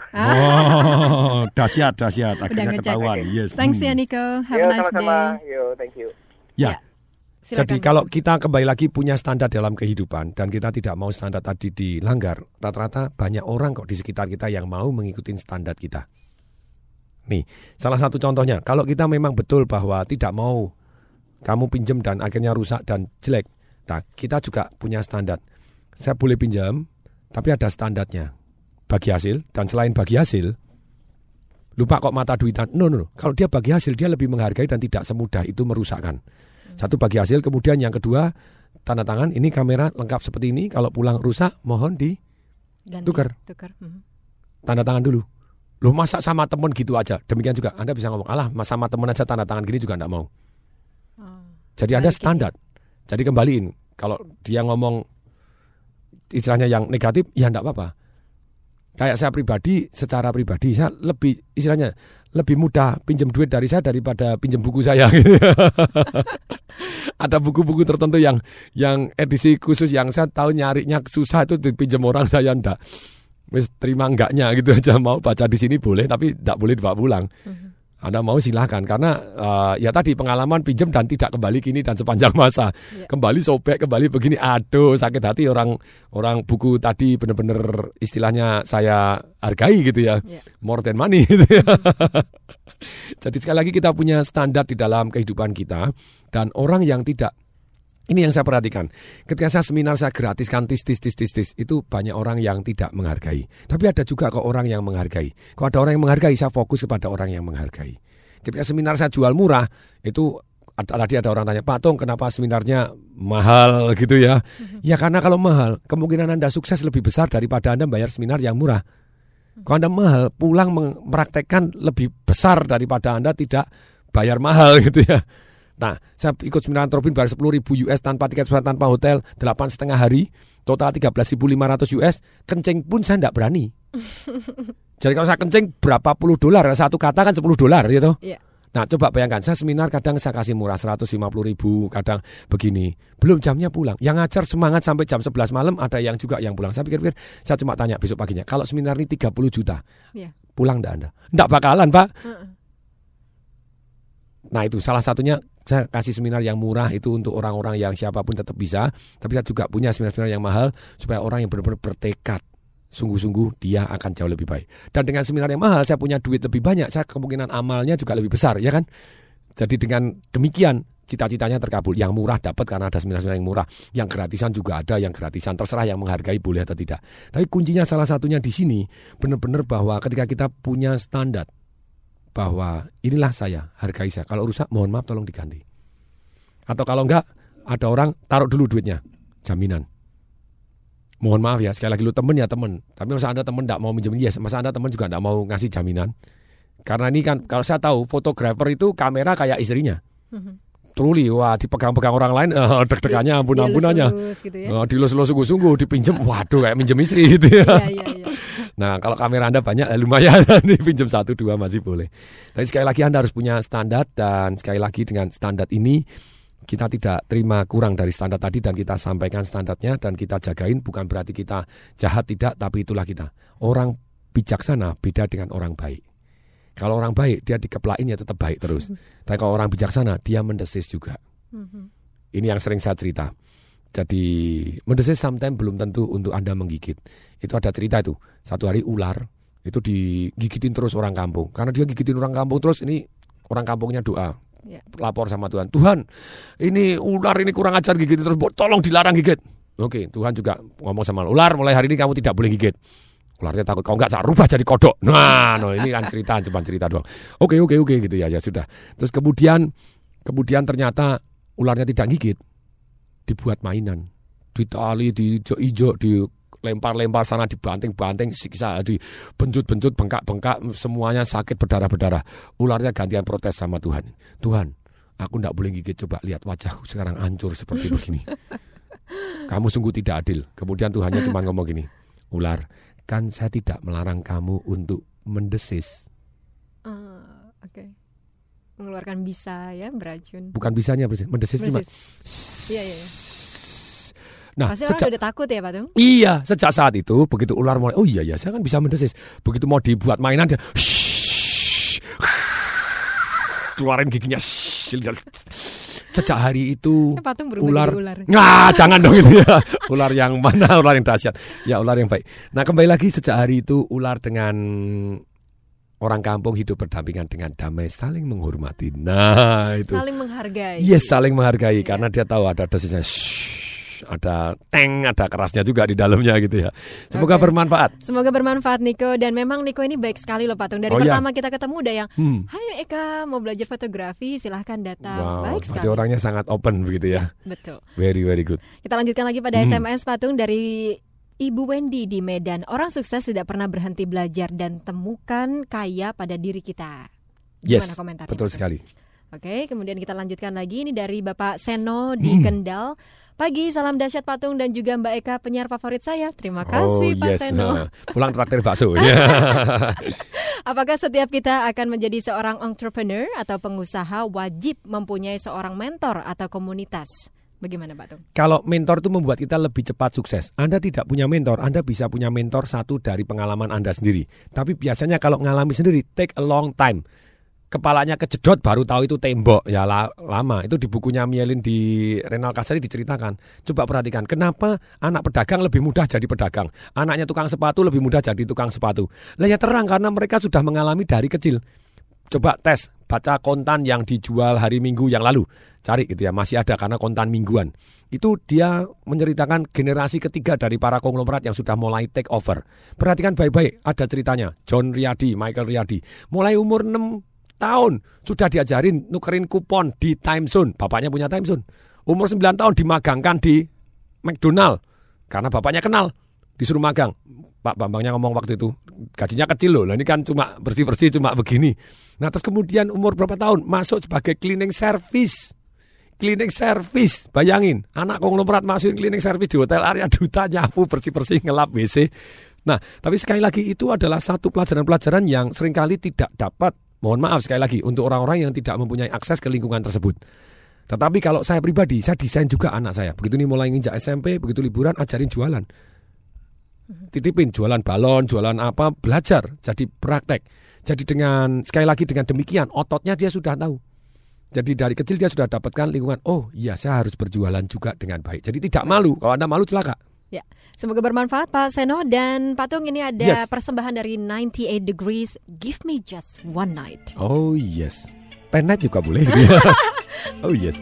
Speaker 3: Oh, dahsyat, dahsyat.
Speaker 2: Udah
Speaker 3: Akhirnya
Speaker 2: ngecek.
Speaker 3: ketahuan.
Speaker 2: Oke.
Speaker 3: Yes.
Speaker 2: Thanks
Speaker 3: Hmm.
Speaker 2: ya, Niko. Have
Speaker 12: Yo,
Speaker 2: a nice
Speaker 12: sama-sama.
Speaker 2: day.
Speaker 12: Yo, thank you.
Speaker 3: Ya.
Speaker 2: Silakan.
Speaker 3: Jadi kalau kita kembali lagi punya standar dalam kehidupan dan kita tidak mau standar tadi dilanggar, rata-rata banyak orang kok di sekitar kita yang mau mengikuti standar kita. Nih, salah satu contohnya, kalau kita memang betul bahwa tidak mau kamu pinjam dan akhirnya rusak dan jelek, nah kita juga punya standar. Saya boleh pinjam, tapi ada standarnya. Bagi hasil, dan selain bagi hasil, lupa kok mata duitan. No, no, no. Kalau dia bagi hasil, dia lebih menghargai dan tidak semudah itu merusakkan. Satu bagi hasil, kemudian yang kedua, tanda tangan, ini kamera lengkap seperti ini, kalau pulang rusak, mohon
Speaker 2: Ganti,
Speaker 3: ditukar.
Speaker 2: tukar. Mhm.
Speaker 3: Tanda tangan dulu. Loh, masa sama teman gitu aja? Demikian juga, Anda bisa ngomong, alah, mas sama teman aja tanda tangan gini juga enggak mau.
Speaker 2: Oh.
Speaker 3: Jadi ada
Speaker 2: Balikin
Speaker 3: standar. Jadi kembaliin, kalau dia ngomong istilahnya yang negatif, ya enggak apa-apa. Kayak saya pribadi, secara pribadi, saya lebih, istilahnya, lebih mudah pinjam duit dari saya daripada pinjam buku saya. Ada buku-buku tertentu yang yang edisi khusus yang saya tahu nyarinya susah itu dipinjam orang, saya enggak. Wis terima enggaknya gitu aja, mau baca di sini boleh tapi enggak boleh dibawa pulang.
Speaker 2: Mhm.
Speaker 3: Anda mau silahkan karena uh, ya tadi pengalaman pinjam dan tidak kembali kini dan sepanjang masa. Ya. Kembali sobek, kembali begini, aduh sakit hati orang orang buku tadi benar-benar istilahnya saya hargai gitu ya. Ya. More than money gitu ya. Jadi sekali lagi kita punya standar di dalam kehidupan kita dan orang yang tidak. Ini yang saya perhatikan. Ketika saya seminar saya gratiskan tis tis tis tis tis itu banyak orang yang tidak menghargai. Tapi ada juga kok orang yang menghargai. Kalau ada orang yang menghargai saya fokus kepada orang yang menghargai. Ketika seminar saya jual murah itu ada, tadi ada orang tanya, Pak Tung kenapa seminarnya mahal gitu ya? Mm-hmm. Ya karena kalau mahal kemungkinan Anda sukses lebih besar daripada Anda bayar seminar yang murah. Kalau Anda mahal pulang mempraktekkan lebih besar daripada Anda tidak bayar mahal gitu ya. Nah, saya ikut seminar Anthony Robbins bayar sepuluh ribu U S tanpa tiket pesawat, tanpa hotel, delapan setengah hari, total tiga belas ribu lima ratus U S. Kencing pun saya tidak berani. Jadi kalau saya kencing berapa puluh dolar, satu kata kan sepuluh dolar gitu. Yeah. Nah, coba bayangkan, saya seminar kadang saya kasih murah seratus lima puluh ribu, kadang begini. Belum jamnya pulang. Yang ngajar semangat sampai jam sebelas malam, ada yang juga yang pulang. Saya pikir-pikir, saya cuma tanya besok paginya, kalau seminar ini tiga puluh juta, yeah. pulang enggak Anda? Enggak bakalan, Pak. Uh-uh. Nah itu salah satunya saya kasih seminar yang murah itu untuk orang-orang yang siapapun tetap bisa. Tapi saya juga punya seminar-seminar yang mahal supaya orang yang benar-benar bertekad sungguh-sungguh dia akan jauh lebih baik. Dan dengan seminar yang mahal saya punya duit lebih banyak, saya kemungkinan amalnya juga lebih besar, ya kan? Jadi dengan demikian cita-citanya terkabul. Yang murah dapat karena ada seminar-seminar yang murah. Yang gratisan juga ada, yang gratisan terserah yang menghargai boleh atau tidak. Tapi kuncinya salah satunya di sini benar-benar bahwa ketika kita punya standar bahwa inilah saya, hargai saya. Kalau rusak mohon maaf tolong diganti. Atau kalau enggak ada orang taruh dulu duitnya, jaminan. Mohon maaf ya, sekali lagi lu temen ya temen. Tapi masa Anda temen enggak mau minjem, yes, masa Anda temen juga enggak mau ngasih jaminan. Karena ini kan kalau saya tahu fotografer itu kamera kayak istrinya. Mm-hmm. Truly, wah dipegang-pegang orang lain, uh, deg-degannya ampun-ampunannya. Gitu ya? uh, dilus-lus sungguh-sungguh, dipinjem, waduh kayak minjem istri gitu ya. Iya, iya, iya. Nah kalau kamera Anda banyak ya lumayan, dipinjem satu dua masih boleh. Tapi sekali lagi Anda harus punya standar dan sekali lagi dengan standar ini kita tidak terima kurang dari standar tadi dan kita sampaikan standarnya dan kita jagain. Bukan berarti kita jahat, tidak, tapi itulah kita. Orang bijaksana beda dengan orang baik. Kalau orang baik dia dikeplain ya tetap baik terus. Mm-hmm. Tapi kalau orang bijaksana dia mendesis juga. Mm-hmm. Ini yang sering saya cerita. Jadi mendesis sometimes belum tentu untuk Anda menggigit. Itu ada cerita itu. Satu hari ular itu digigitin terus orang kampung. Karena dia gigitin orang kampung terus, ini orang kampungnya doa. Yeah. Lapor sama Tuhan. Tuhan, ini ular ini kurang ajar gigitin terus. Tolong dilarang gigit. Oke, Tuhan juga ngomong sama ular, mulai hari ini kamu tidak boleh gigit. Ularnya takut, kalau enggak saya rubah jadi kodok. Nah, no, ini kan cerita, cuma cerita doang. Oke, oke, oke gitu ya, ya sudah. Terus kemudian kemudian ternyata ularnya tidak gigit. Dibuat mainan, ditali, diijo-ijo, dilempar-lempar sana, dibanting-banting, siksa, dibencut-bencut, bengkak-bengkak, semuanya sakit berdarah-berdarah. Ularnya gantian protes sama Tuhan. Tuhan, aku tidak boleh gigit, coba lihat wajahku sekarang hancur seperti begini. Kamu sungguh tidak adil. Kemudian Tuhannya cuma ngomong gini, ular, kan saya tidak melarang kamu untuk mendesis.
Speaker 2: Uh, Oke. Okay. Mengeluarkan bisa ya, beracun.
Speaker 3: Bukan bisanya, mendesis cuma.
Speaker 2: Iya, iya.
Speaker 3: Nah,
Speaker 2: pasti
Speaker 3: sejak,
Speaker 2: orang udah takut ya Pak Tung?
Speaker 3: Iya, sejak saat itu begitu ular mulai, oh iya ya, saya kan bisa mendesis. Begitu mau dibuat mainan dia keluarin giginya. Sejak hari itu ular, ular. Nah, jangan dong itu ya. Ular yang mana? Ular yang dahsyat. Ya, ular yang baik. Nah, kembali lagi sejak hari itu ular dengan orang kampung hidup berdampingan dengan damai, saling menghormati. Nah, itu.
Speaker 2: Saling menghargai.
Speaker 3: Yes, saling menghargai yeah. Karena dia tahu ada desisnya. Ada teng, ada kerasnya juga di dalamnya gitu ya. Semoga okay. bermanfaat.
Speaker 2: Semoga bermanfaat Niko. Dan memang Niko ini baik sekali loh Pak Tung. Dari oh, pertama ya? Kita ketemu udah yang hmm. Hai Eka, mau belajar fotografi silahkan datang.
Speaker 3: Wow,
Speaker 2: baik sekali.
Speaker 3: Berarti orangnya sangat open begitu ya,
Speaker 2: ya. Betul.
Speaker 3: Very very good.
Speaker 2: Kita lanjutkan lagi pada hmm. S M S Pak Tung dari Ibu Wendy di Medan. Orang sukses tidak pernah berhenti belajar dan temukan kaya pada diri kita. Gimana
Speaker 3: yes,
Speaker 2: komentarnya?
Speaker 3: Betul sekali.
Speaker 2: Oke, kemudian kita lanjutkan lagi. Ini dari Bapak Seno di hmm. Kendal. Pagi, salam dahsyat Pak Tung dan juga Mbak Eka, penyiar favorit saya. Terima kasih oh, Pak yes. Seno. Nah,
Speaker 3: pulang traktir bakso.
Speaker 2: Apakah setiap kita akan menjadi seorang entrepreneur atau pengusaha wajib mempunyai seorang mentor atau komunitas? Bagaimana Pak Tung?
Speaker 3: Kalau mentor itu membuat kita lebih cepat sukses. Anda tidak punya mentor, Anda bisa punya mentor satu dari pengalaman Anda sendiri. Tapi biasanya kalau ngalami sendiri, take a long time. kepalanya kejedot baru tahu itu tembok. Ya la, lama. Itu di bukunya Mielin di Renal Kasari diceritakan. Coba perhatikan, kenapa anak pedagang lebih mudah jadi pedagang? Anaknya tukang sepatu lebih mudah jadi tukang sepatu. Lah ya terang, karena mereka sudah mengalami dari kecil. Coba tes, baca kontan yang dijual hari Minggu yang lalu. Cari gitu ya, masih ada karena kontan mingguan. Itu dia menceritakan generasi ketiga dari para konglomerat yang sudah mulai take over. Perhatikan baik-baik, ada ceritanya. John Riyadi, Michael Riyadi. Mulai umur enam tahun sudah diajarin nukerin kupon di time zone. Bapaknya punya time zone. Umur sembilan tahun dimagangkan di McDonald karena bapaknya kenal, disuruh magang. Pak Bambangnya ngomong waktu itu gajinya kecil loh. Nah ini kan cuma bersih-bersih cuma begini. Nah terus kemudian umur berapa tahun masuk sebagai cleaning service. Cleaning service. Bayangin, anak konglomerat masuk cleaning service di Hotel Arya Duta, nyapu bersih-bersih ngelap W C. Nah, tapi sekali lagi itu adalah satu pelajaran-pelajaran yang seringkali tidak dapat. Mohon maaf sekali lagi untuk orang-orang yang tidak mempunyai akses ke lingkungan tersebut. Tetapi kalau saya pribadi, saya desain juga anak saya. Begitu nih mulai nginjak S M P, begitu liburan ajarin jualan. Titipin jualan balon, jualan apa, belajar, jadi praktek. Jadi dengan sekali lagi dengan demikian ototnya dia sudah tahu. Jadi dari kecil dia sudah dapatkan lingkungan. Oh iya, saya harus berjualan juga dengan baik. Jadi tidak malu. Kalau Anda malu celaka.
Speaker 2: Ya, semoga bermanfaat Pak Seno dan Pak Tung. Ini ada yes. persembahan dari ninety-eight Degrees, Give Me Just One Night.
Speaker 3: Oh yes, ten night juga boleh. Oh yes.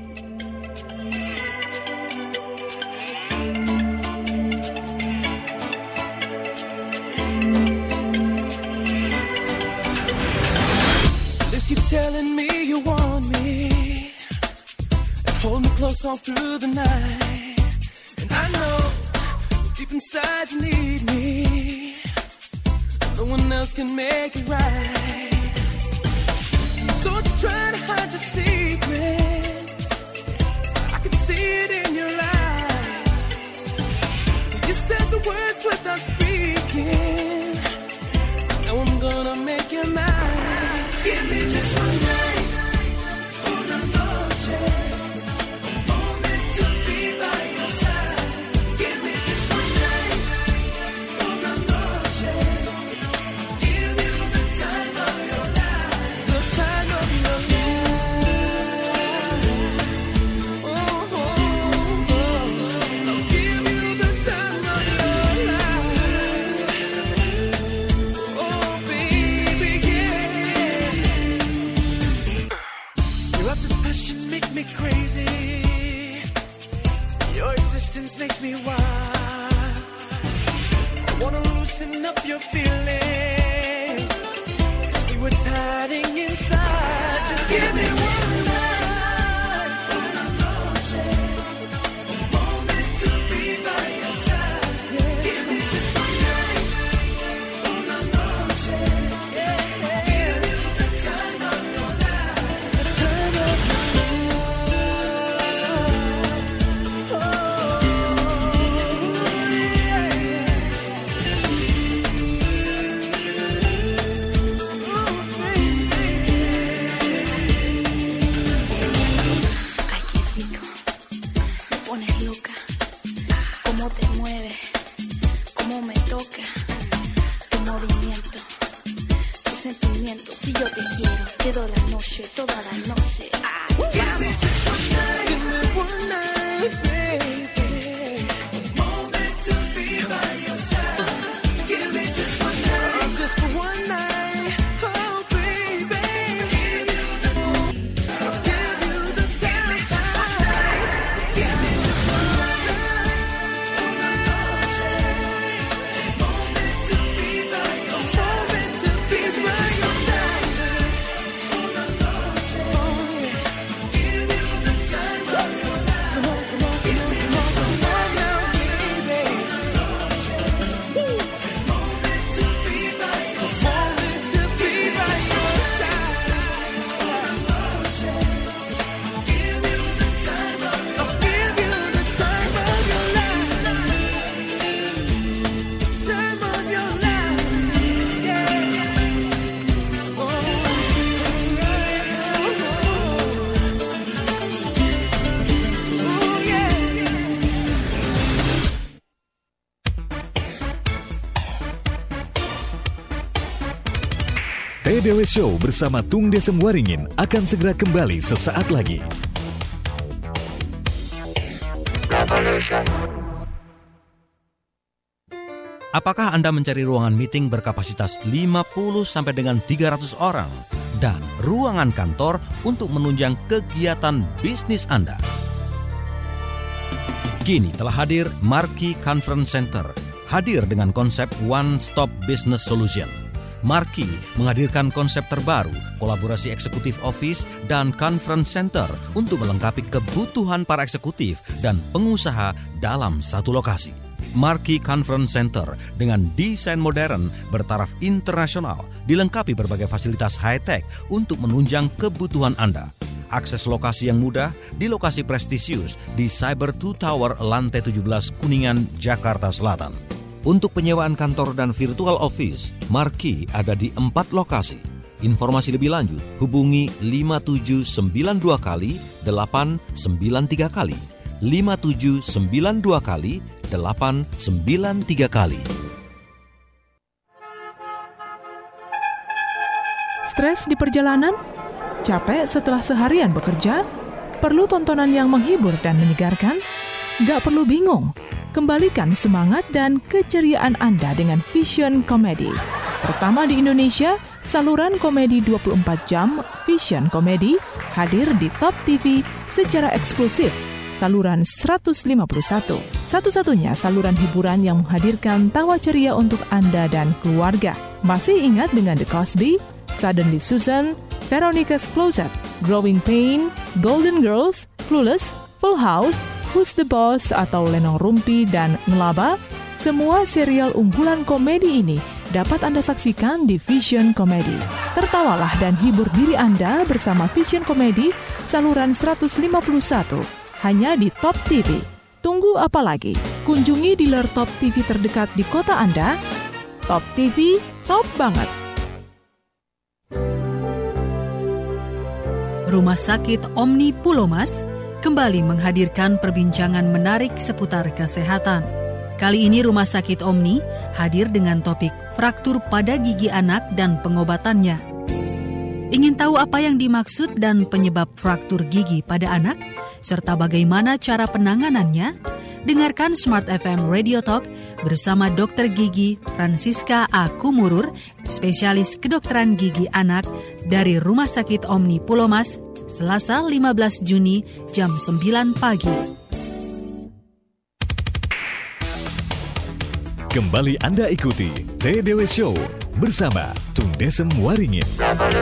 Speaker 13: Let's keep telling me you want me and hold me close all through the night. And I know deep inside you need me. No one else can make it right. Don't you try to hide your secrets. I can see it in your eyes. You said the words without speaking. Now I'm gonna make you mine. Give me just one night. Una noche. A moment to be by your side. Give me just one night. Una noche. Give you the time of your life. The time of your life. Oh, oh, oh. I'll give you the time of your life. Oh, baby, yeah. Your love and passion make me crazy. Your existence makes me wild. I wanna loosen up your feelings. See what's hiding inside. Just give me one night. Una noche. A moment to be by your side. Give me just one night. Una noche. Give you the time of your life. The time of your life. Oh,
Speaker 14: Ay, qué rico, me pones loca. Cómo te mueves, cómo me toca. Tu movimiento, tus sentimientos. Si yo te quiero, te doy la noche, toda la noche. Ay,
Speaker 13: give me just one night. Give me one night, baby. A moment to be by your side. Give me just one night. Just for one night. Oh, baby. Give you the I'll give you the time. Just one night. Give me just one night. Una noche. A moment to be by your side. Moment to be by your side. Una noche. Oh, yeah. Give you the time of your life.
Speaker 1: T D W Show bersama Tung Desem Waringin akan segera kembali sesaat lagi.
Speaker 5: Apakah Anda mencari ruangan meeting berkapasitas lima puluh sampai dengan tiga ratus orang dan ruangan kantor untuk menunjang kegiatan bisnis Anda? Kini telah hadir Marquee Conference Center, hadir dengan konsep One Stop Business Solution. Marquee menghadirkan konsep terbaru, kolaborasi eksekutif office dan conference center untuk melengkapi kebutuhan para eksekutif dan pengusaha dalam satu lokasi. Marquee Conference Center dengan desain modern bertaraf internasional, dilengkapi berbagai fasilitas high-tech untuk menunjang kebutuhan Anda. Akses lokasi yang mudah di lokasi prestisius di Cyber two Tower lantai tujuh belas Kuningan, Jakarta Selatan. Untuk penyewaan kantor dan virtual office, Marquee ada di empat lokasi. Informasi lebih lanjut, hubungi lima tujuh sembilan dua kali delapan sembilan tiga kali, lima tujuh sembilan dua kali delapan sembilan tiga kali.
Speaker 8: Stres di perjalanan? Capek setelah seharian bekerja? Perlu tontonan yang menghibur dan menyegarkan? Gak perlu bingung. Kembalikan semangat dan keceriaan Anda dengan Vision Comedy. Pertama di Indonesia, saluran komedi dua puluh empat jam Vision Comedy hadir di Top T V secara eksklusif. Saluran seratus lima puluh satu, satu-satunya saluran hiburan yang menghadirkan tawa ceria untuk Anda dan keluarga. Masih ingat dengan The Cosby, Suddenly Susan, Veronica's Closet, Growing Pain, Golden Girls, Clueless, Full House, Who's the Boss atau Lenong Rumpi dan Ngelaba? Semua serial unggulan komedi ini dapat Anda saksikan di Vision Comedy. Tertawalah dan hibur diri Anda bersama Vision Comedy saluran seratus lima puluh satu hanya di Top T V. Tunggu apa lagi? Kunjungi dealer Top T V terdekat di kota Anda. Top T V, top banget.
Speaker 11: Rumah Sakit Omni Pulomas kembali menghadirkan perbincangan menarik seputar kesehatan. Kali ini Rumah Sakit Omni hadir dengan topik fraktur pada gigi anak dan pengobatannya. Ingin tahu apa yang dimaksud dan penyebab fraktur gigi pada anak? Serta bagaimana cara penanganannya? Dengarkan Smart F M Radio Talk bersama dokter gigi Francisca A. Kumurur, spesialis kedokteran gigi anak dari Rumah Sakit Omni Pulomas, Selasa lima belas Juni jam sembilan pagi.
Speaker 1: Kembali Anda ikuti T D W Show bersama Tung Desem Waringin.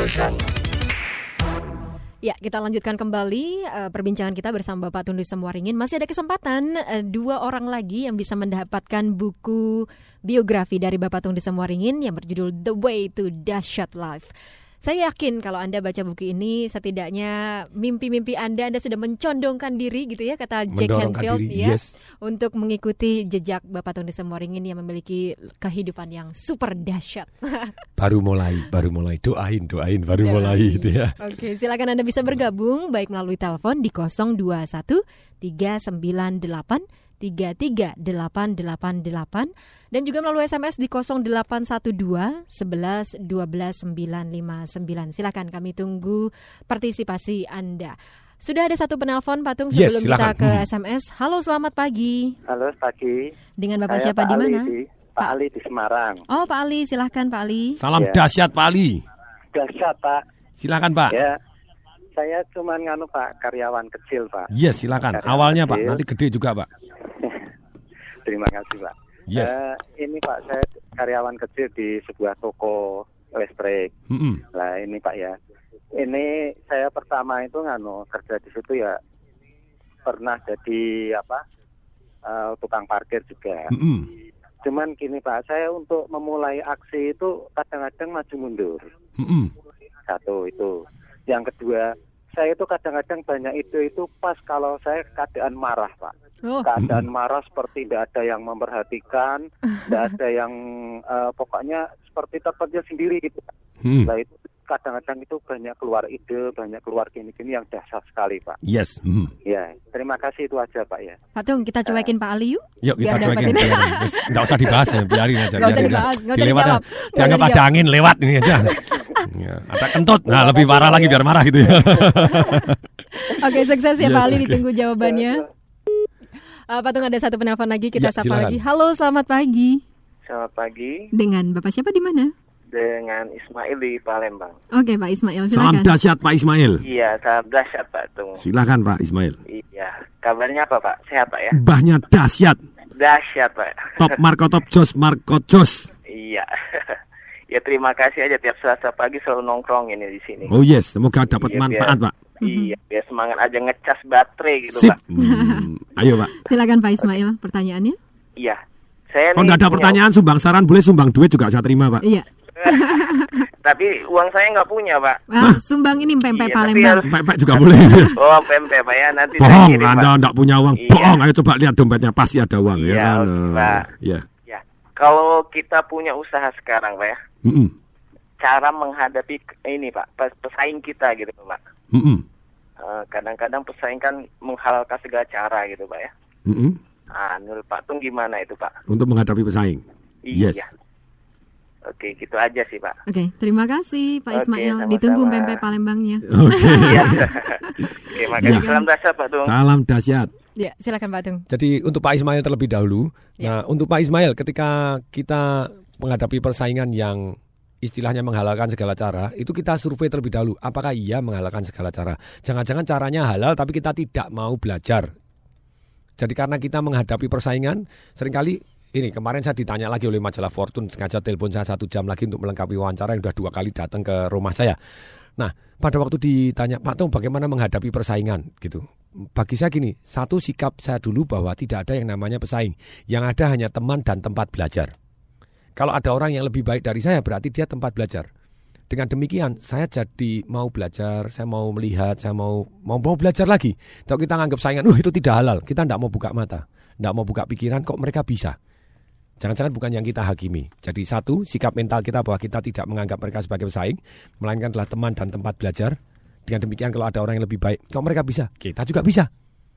Speaker 2: Ya, kita lanjutkan kembali uh, perbincangan kita bersama Bapak Tung Desem Waringin. Masih ada kesempatan uh, dua orang lagi yang bisa mendapatkan buku biografi dari Bapak Tung Desem Waringin yang berjudul The Way to Dahsyat Life. Saya yakin kalau Anda baca buku ini, setidaknya mimpi-mimpi Anda, Anda sudah mencondongkan diri gitu ya, kata Jack Canfield ya, yes, untuk mengikuti jejak Bapak Tung Desem Waringin yang memiliki kehidupan yang super dahsyat.
Speaker 3: Baru mulai, baru mulai, doain, doain, baru doain. mulai gitu ya.
Speaker 2: Oke, silakan Anda bisa bergabung baik melalui telepon di nol dua satu tiga sembilan delapan tiga tiga delapan delapan delapan dan juga melalui S M S di nol delapan satu dua sebelas dua belas sembilan lima sembilan. Silakan, kami tunggu partisipasi Anda. Sudah ada satu penelpon, Pak Tung, sebelum yes, kita ke hmm. S M S. Halo, selamat pagi.
Speaker 15: Halo, pagi.
Speaker 2: Dengan Bapak Saya siapa di mana?
Speaker 15: Pak, Pak Ali di Semarang.
Speaker 2: Oh, Pak Ali, silakan Pak Ali.
Speaker 3: Salam ya. Dahsyat Pak Ali.
Speaker 15: Dahsyat, Pak.
Speaker 3: Silakan Pak.
Speaker 15: Ya. Saya cuma nganu Pak, karyawan kecil Pak.
Speaker 3: Yes, silakan. Karyawan Awalnya kecil. Pak, nanti gede juga Pak.
Speaker 15: Terima kasih Pak.
Speaker 3: Yes.
Speaker 15: Uh, ini Pak, saya karyawan kecil di sebuah toko listrik.
Speaker 3: Mm-hmm.
Speaker 15: Nah ini Pak ya, ini saya pertama itu nganu kerja di situ ya, pernah jadi apa uh, tukang parkir juga.
Speaker 3: Mm-hmm.
Speaker 15: Cuman gini Pak, saya untuk memulai aksi itu kadang-kadang maju mundur.
Speaker 3: Mm-hmm.
Speaker 15: Satu itu. Yang kedua, saya itu kadang-kadang banyak ide itu pas kalau saya keadaan marah Pak.
Speaker 2: Oh.
Speaker 15: Keadaan marah seperti tidak ada yang memperhatikan, tidak ada yang uh, pokoknya seperti terpencil sendiri gitu.
Speaker 3: Hmm.
Speaker 15: Nah itu kadang-kadang itu banyak keluar ide, banyak keluar gini-gini yang dahsyat sekali, Pak.
Speaker 3: Yes. Hmm.
Speaker 15: Ya, terima kasih itu aja, Pak ya.
Speaker 2: Pak Tung, kita cuekin Pak Ali yuk.
Speaker 3: Yuk kita
Speaker 2: biar
Speaker 3: cuekin. Enggak usah dibahas ya, biarin aja.
Speaker 2: Enggak usah dibahas, enggak usah dijawab.
Speaker 3: Dianggap ada angin lewat ini aja. Ya, ada kentut. Nah, lebih parah lagi biar marah gitu ya.
Speaker 2: Oke, sukses ya
Speaker 3: Yes,
Speaker 2: Pak Ali,
Speaker 3: okay.
Speaker 2: ditunggu jawabannya. Uh, Pak Tung, ada satu penelpon lagi, kita
Speaker 3: Ya,
Speaker 2: sapa
Speaker 3: silakan.
Speaker 2: lagi. Halo, selamat pagi.
Speaker 16: Selamat pagi,
Speaker 2: Dengan Bapak siapa di mana?
Speaker 16: dengan Ismail di Palembang.
Speaker 2: Oke, Pak Ismail,
Speaker 3: Salam
Speaker 2: silakan.
Speaker 3: dahsyat Pak Ismail.
Speaker 16: Iya, salam dahsyat Pak Tung.
Speaker 3: Silakan Pak Ismail.
Speaker 16: Iya, kabarnya apa Pak? Sehat Pak ya?
Speaker 3: Mbahnya dahsyat.
Speaker 16: Dahsyat Pak.
Speaker 3: Top Marco Top Jos Marco Jos.
Speaker 16: Iya. Ya terima kasih aja tiap Selasa pagi selalu nongkrong ini di sini.
Speaker 3: Oh yes, semoga dapat
Speaker 16: Iya,
Speaker 3: manfaat
Speaker 16: biar-
Speaker 3: Pak.
Speaker 16: Iya, biar semangat aja ngecas baterai gitu
Speaker 3: Sip.
Speaker 16: Pak.
Speaker 3: Hmm, ayo Pak.
Speaker 2: Silakan Pak Ismail, pertanyaannya.
Speaker 16: Iya. Saya
Speaker 3: Kalau
Speaker 16: nih
Speaker 3: nggak ada
Speaker 16: punya-
Speaker 3: pertanyaan, sumbang saran boleh, sumbang duit juga saya terima Pak.
Speaker 2: Iya.
Speaker 16: Tapi uang saya nggak punya Pak.
Speaker 2: Ah, sumbang ini pempek
Speaker 16: Iya, tapi
Speaker 2: Palembang.
Speaker 16: harus-
Speaker 3: Pempek juga boleh.
Speaker 16: Oh, pempek Pak ya, nanti saya
Speaker 3: Bohong,
Speaker 16: kirim,
Speaker 3: Anda
Speaker 16: Pak.
Speaker 3: nggak punya uang.
Speaker 16: Iya.
Speaker 3: Bohong, ayo coba lihat dompetnya, pasti ada uang ya
Speaker 16: Iya,
Speaker 3: kan.
Speaker 16: oke, Pak.
Speaker 3: Iya.
Speaker 16: Ya. Kalau kita punya usaha sekarang Pak ya,
Speaker 3: Mm-mm.
Speaker 16: cara menghadapi ke- ini Pak, pes- pesaing kita gitu Pak.
Speaker 3: Mm-mm.
Speaker 16: Eh, kadang-kadang pesaing kan menghalalkan segala cara gitu Pak ya.
Speaker 3: Mm-mm.
Speaker 16: Ah, menurut Pak Tung gimana itu Pak?
Speaker 3: Untuk menghadapi pesaing.
Speaker 16: Iya.
Speaker 3: Yes.
Speaker 16: Oke, gitu aja sih Pak.
Speaker 2: Oke, terima kasih Pak
Speaker 16: Oke,
Speaker 2: Ismail.
Speaker 16: sama-sama.
Speaker 2: Ditunggu pempek Palembangnya.
Speaker 3: Oke.
Speaker 16: Iya. Oke, makasih.
Speaker 2: Silakan.
Speaker 16: Salam dahsyat Pak Tung.
Speaker 3: Salam dahsyat.
Speaker 2: Ya, silakan Pak Tung.
Speaker 3: Jadi untuk Pak Ismail terlebih dahulu. Nah, untuk Pak Ismail ketika kita menghadapi persaingan yang istilahnya menghalalkan segala cara, itu kita survei terlebih dahulu. Apakah iya menghalalkan segala cara? Jangan-jangan caranya halal tapi kita tidak mau belajar. Jadi karena kita menghadapi persaingan, seringkali ini kemarin saya ditanya lagi oleh majalah Fortune, sengaja telepon saya satu jam lagi untuk melengkapi wawancara yang sudah dua kali datang ke rumah saya. Nah, pada waktu ditanya, Pak Tung bagaimana menghadapi persaingan gitu. Bagi saya gini, satu sikap saya dulu bahwa tidak ada yang namanya pesaing. Yang ada hanya teman dan tempat belajar. Kalau ada orang yang lebih baik dari saya, berarti dia tempat belajar. Dengan demikian, saya jadi mau belajar, saya mau melihat, saya mau mau, mau belajar lagi. Kalau kita nganggap saingan, uh itu tidak halal, kita tidak mau buka mata, tidak mau buka pikiran, kok mereka bisa. Jangan-jangan bukan yang kita hakimi. Jadi satu, sikap mental kita bahwa kita tidak menganggap mereka sebagai pesaing, melainkan adalah teman dan tempat belajar. Dengan demikian kalau ada orang yang lebih baik, kok mereka bisa, kita juga bisa.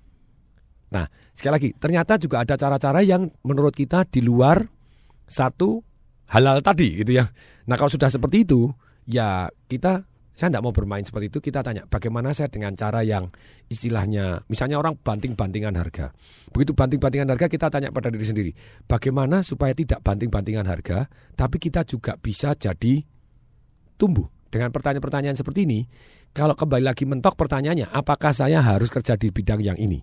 Speaker 3: Nah, sekali lagi, ternyata juga ada cara-cara yang menurut kita di luar satu halal tadi gitu ya. Nah, kalau sudah seperti itu, ya kita, saya tidak mau bermain seperti itu. Kita tanya, bagaimana saya dengan cara yang istilahnya, misalnya orang banting-bantingan harga. Begitu banting-bantingan harga, kita tanya pada diri sendiri, bagaimana supaya tidak banting-bantingan harga, tapi kita juga bisa jadi tumbuh. Dengan pertanyaan-pertanyaan seperti ini, kalau kembali lagi mentok pertanyaannya, apakah saya harus kerja di bidang yang ini?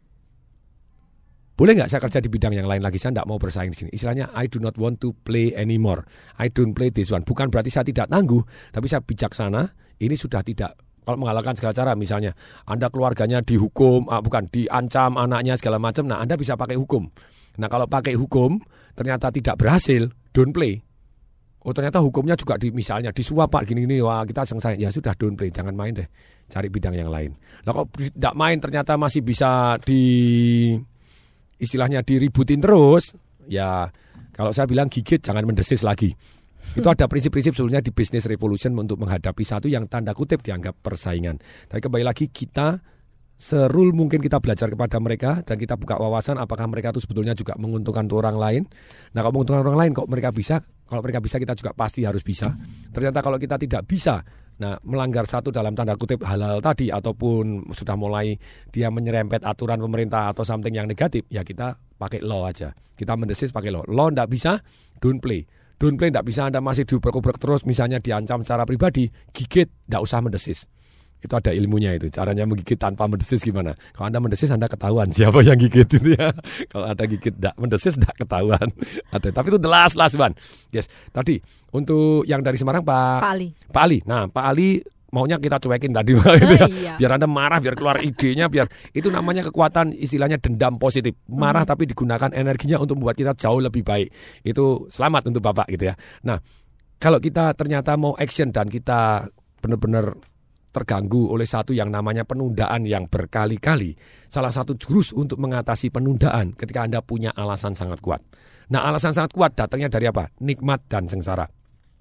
Speaker 3: Boleh nggak saya kerja di bidang yang lain lagi? Saya tidak mau bersaing di sini. Istilahnya, I do not want to play anymore. I don't play this one. Bukan berarti saya tidak tangguh, tapi saya bijaksana. Ini sudah tidak, kalau menghalalkan segala cara, misalnya Anda keluarganya dihukum, ah, bukan diancam anaknya segala macam. Nah, Anda bisa pakai hukum. Nah, kalau pakai hukum ternyata tidak berhasil, don't play. Oh, ternyata hukumnya juga di, misalnya disuap Pak gini-gini, wah kita selesai. Ya sudah, don't play, jangan main deh. Cari bidang yang lain. Nah, kalau tidak main ternyata masih bisa di istilahnya diributin terus, ya kalau saya bilang gigit, jangan mendesis lagi. Itu ada prinsip-prinsip sebetulnya di Business Revolution untuk menghadapi satu yang tanda kutip dianggap persaingan. Tapi kembali lagi, kita serul mungkin kita belajar kepada mereka dan kita buka wawasan apakah mereka itu sebetulnya juga menguntungkan untuk orang lain. Nah, kalau menguntungkan orang lain kok mereka bisa, kalau mereka bisa kita juga pasti harus bisa. Ternyata kalau kita tidak bisa, nah melanggar satu dalam tanda kutip halal tadi ataupun sudah mulai dia menyerempet aturan pemerintah atau something yang negatif, ya kita pakai law aja. Kita mendesis pakai law. Law tidak bisa, don't play. Don't play tidak bisa, Anda masih diubrek-ubrek terus, misalnya diancam secara pribadi, gigit, tidak usah mendesis. Itu ada ilmunya itu, caranya menggigit tanpa mendesis gimana. Kalau Anda mendesis, Anda ketahuan siapa yang gigit itu ya. Kalau Anda gigit tidak mendesis, tidak ketahuan. Ada, tapi itu the last last one. Yes, tadi untuk yang dari Semarang Pak
Speaker 2: Pak Ali.
Speaker 3: Pak Ali. Nah, Pak Ali maunya kita cuekin tadi gitu ya.
Speaker 2: iya.
Speaker 3: Biar Anda marah, biar keluar idenya, biar itu namanya kekuatan istilahnya dendam positif. Marah hmm. tapi digunakan energinya untuk membuat kita jauh lebih baik. Itu selamat untuk Bapak gitu ya. Nah, kalau kita ternyata mau action dan kita benar-benar terganggu oleh satu yang namanya penundaan yang berkali-kali. Salah satu jurus untuk mengatasi penundaan ketika Anda punya alasan sangat kuat. Nah, alasan sangat kuat datangnya dari apa? Nikmat dan sengsara.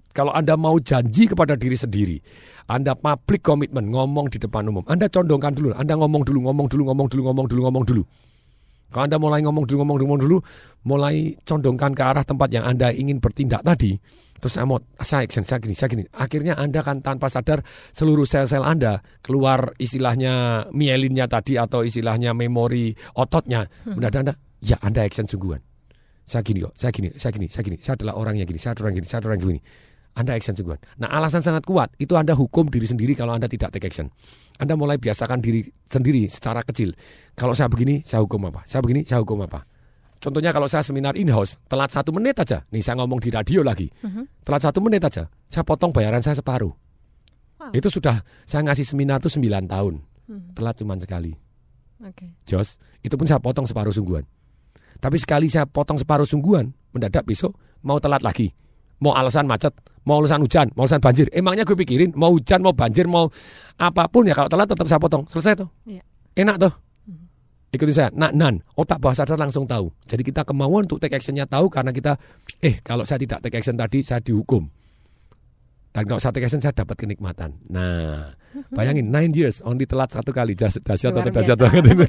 Speaker 3: Kalau Anda mau janji kepada diri sendiri, Anda public commitment, ngomong di depan umum, Anda condongkan dulu, Anda ngomong dulu, ngomong dulu, ngomong dulu, ngomong dulu, ngomong dulu. Kalau Anda mulai ngomong dulu, ngomong dulu, ngomong dulu, mulai condongkan ke arah tempat yang Anda ingin bertindak tadi, terus saya mau, saya action, saya gini, saya gini. Akhirnya Anda kan tanpa sadar seluruh sel-sel Anda keluar istilahnya mielinnya tadi atau istilahnya memori ototnya. Mendadak Anda, ya Anda action sungguhan. Saya gini kok, saya gini, saya gini, saya gini. Saya adalah orang yang gini, saya adalah orang gini, saya adalah orang gini. Anda action sungguhan. Nah, alasan sangat kuat itu Anda hukum diri sendiri kalau Anda tidak take action. Anda mulai biasakan diri sendiri secara kecil. Kalau saya begini, saya hukum apa? Saya begini, saya hukum apa? Contohnya kalau saya seminar in-house, telat satu menit aja. Nih saya ngomong di radio lagi. Uh-huh. Telat satu menit aja. Saya potong bayaran saya separuh. Wow. Itu sudah saya ngasih seminar itu sembilan tahun. Uh-huh. Telat cuma sekali.
Speaker 2: Okay.
Speaker 3: Jos, itu pun saya potong separuh sungguhan. Tapi sekali saya potong separuh sungguhan, mendadak besok mau telat lagi. Mau alasan macet, mau alasan hujan, mau alasan banjir. Emangnya gue pikirin mau hujan, mau banjir, mau apapun ya kalau telat tetap saya potong. Selesai tuh. Yeah. Enak tuh. Ikutin saya, nak nan, otak bawah sadar langsung tahu. Jadi kita kemauan untuk take actionnya tahu karena kita, eh kalau saya tidak take action tadi saya dihukum. Dan kalau saya take action saya dapat kenikmatan. Nah, bayangin nine years only telat satu kali, dahsyat atau dahsyat banget itu.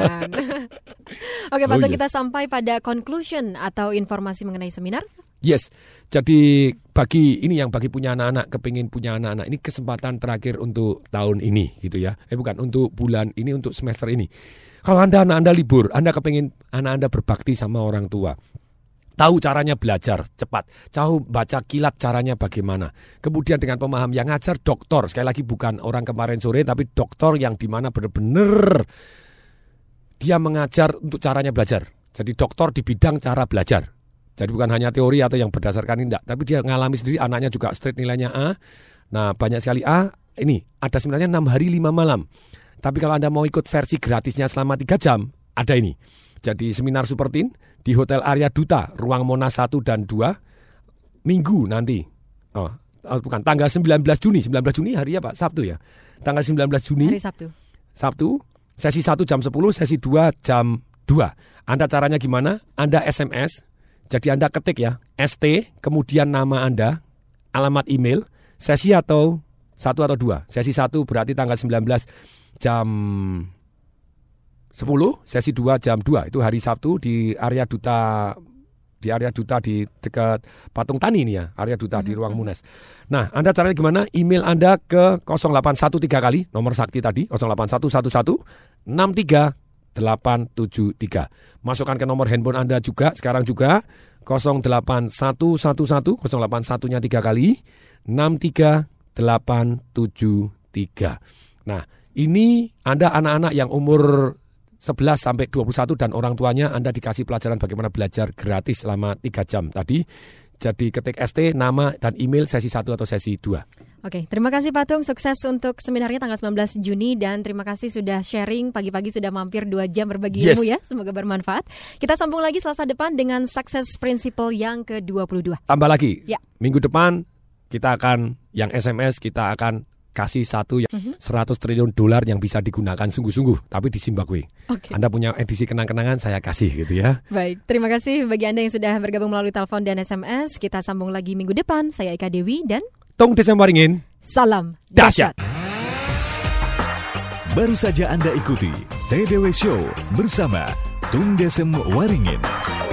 Speaker 2: Oke, Pak, oh, yes. Kita sampai pada conclusion atau informasi mengenai seminar.
Speaker 3: Yes, jadi bagi ini yang bagi punya anak-anak, kepingin punya anak-anak, ini kesempatan terakhir untuk tahun ini gitu ya. Eh bukan, untuk bulan ini, untuk semester ini. Kalau Anda anak Anda libur, Anda kepingin anak Anda berbakti sama orang tua. Tahu caranya belajar cepat, tahu baca kilat caranya bagaimana. Kemudian dengan pemaham yang ngajar dokter, sekali lagi bukan orang kemarin sore, tapi dokter yang dimana benar-benar dia mengajar untuk caranya belajar. Jadi dokter di bidang cara belajar. Jadi bukan hanya teori atau yang berdasarkan ini, tapi dia ngalami sendiri, anaknya juga straight nilainya A. Nah banyak sekali A, ini ada sebenarnya enam hari lima malam. Tapi kalau Anda mau ikut versi gratisnya selama tiga jam, ada ini. Jadi seminar Supertin di Hotel Arya Duta, Ruang Monas satu dan dua, Minggu nanti. Oh, bukan, tanggal sembilan belas Juni. sembilan belas Juni hari apa? Sabtu ya? Tanggal sembilan belas Juni.
Speaker 2: Hari Sabtu.
Speaker 3: Sabtu, sesi satu jam sepuluh, sesi dua jam dua. Anda caranya gimana? Anda S M S. Jadi Anda ketik ya, S T, kemudian nama Anda, alamat email, sesi atau satu atau dua. Sesi satu berarti tanggal sembilan belas jam sepuluh, sesi dua jam dua. Itu hari Sabtu di Arya Duta, di Arya Duta di dekat Patung Tani ini ya, Arya Duta mm-hmm. di Ruang Munas. Nah, Anda caranya gimana? Email Anda ke nol delapan satu tiga kali, nomor sakti tadi, nol delapan satu satu satu enam tiga delapan tujuh tiga. Masukkan ke nomor handphone Anda juga sekarang juga nol delapan satu satu satu nol delapan satu-nya tiga kali enam tiga delapan tujuh tiga. Nah, ini Anda anak-anak yang umur sebelas sampai dua puluh satu dan orang tuanya Anda dikasih pelajaran bagaimana belajar gratis selama tiga jam tadi. Jadi ketik S T, nama dan email sesi satu atau sesi dua.
Speaker 2: Oke, terima kasih Pak Tung. Sukses untuk seminarnya tanggal sembilan belas Juni dan terima kasih sudah sharing pagi-pagi, sudah mampir dua jam berbagi
Speaker 3: yes.
Speaker 2: ilmu ya. Semoga bermanfaat. Kita sambung lagi Selasa depan dengan Success Principle yang ke dua puluh dua.
Speaker 3: Tambah lagi.
Speaker 2: Ya.
Speaker 3: Minggu depan kita akan yang S M S kita akan kasih satu yang uh-huh. seratus triliun dolar yang bisa digunakan sungguh-sungguh tapi di Zimbabwe. Okay. Anda punya edisi kenang-kenangan, saya kasih gitu ya.
Speaker 2: Baik, terima kasih bagi Anda yang sudah bergabung melalui telepon dan S M S. Kita sambung lagi minggu depan. Saya Eka Dewi dan
Speaker 3: Tung Desem Waringin.
Speaker 2: Salam
Speaker 3: dahsyat.
Speaker 1: Baru saja Anda ikuti T D W Show bersama Tung Desem Waringin.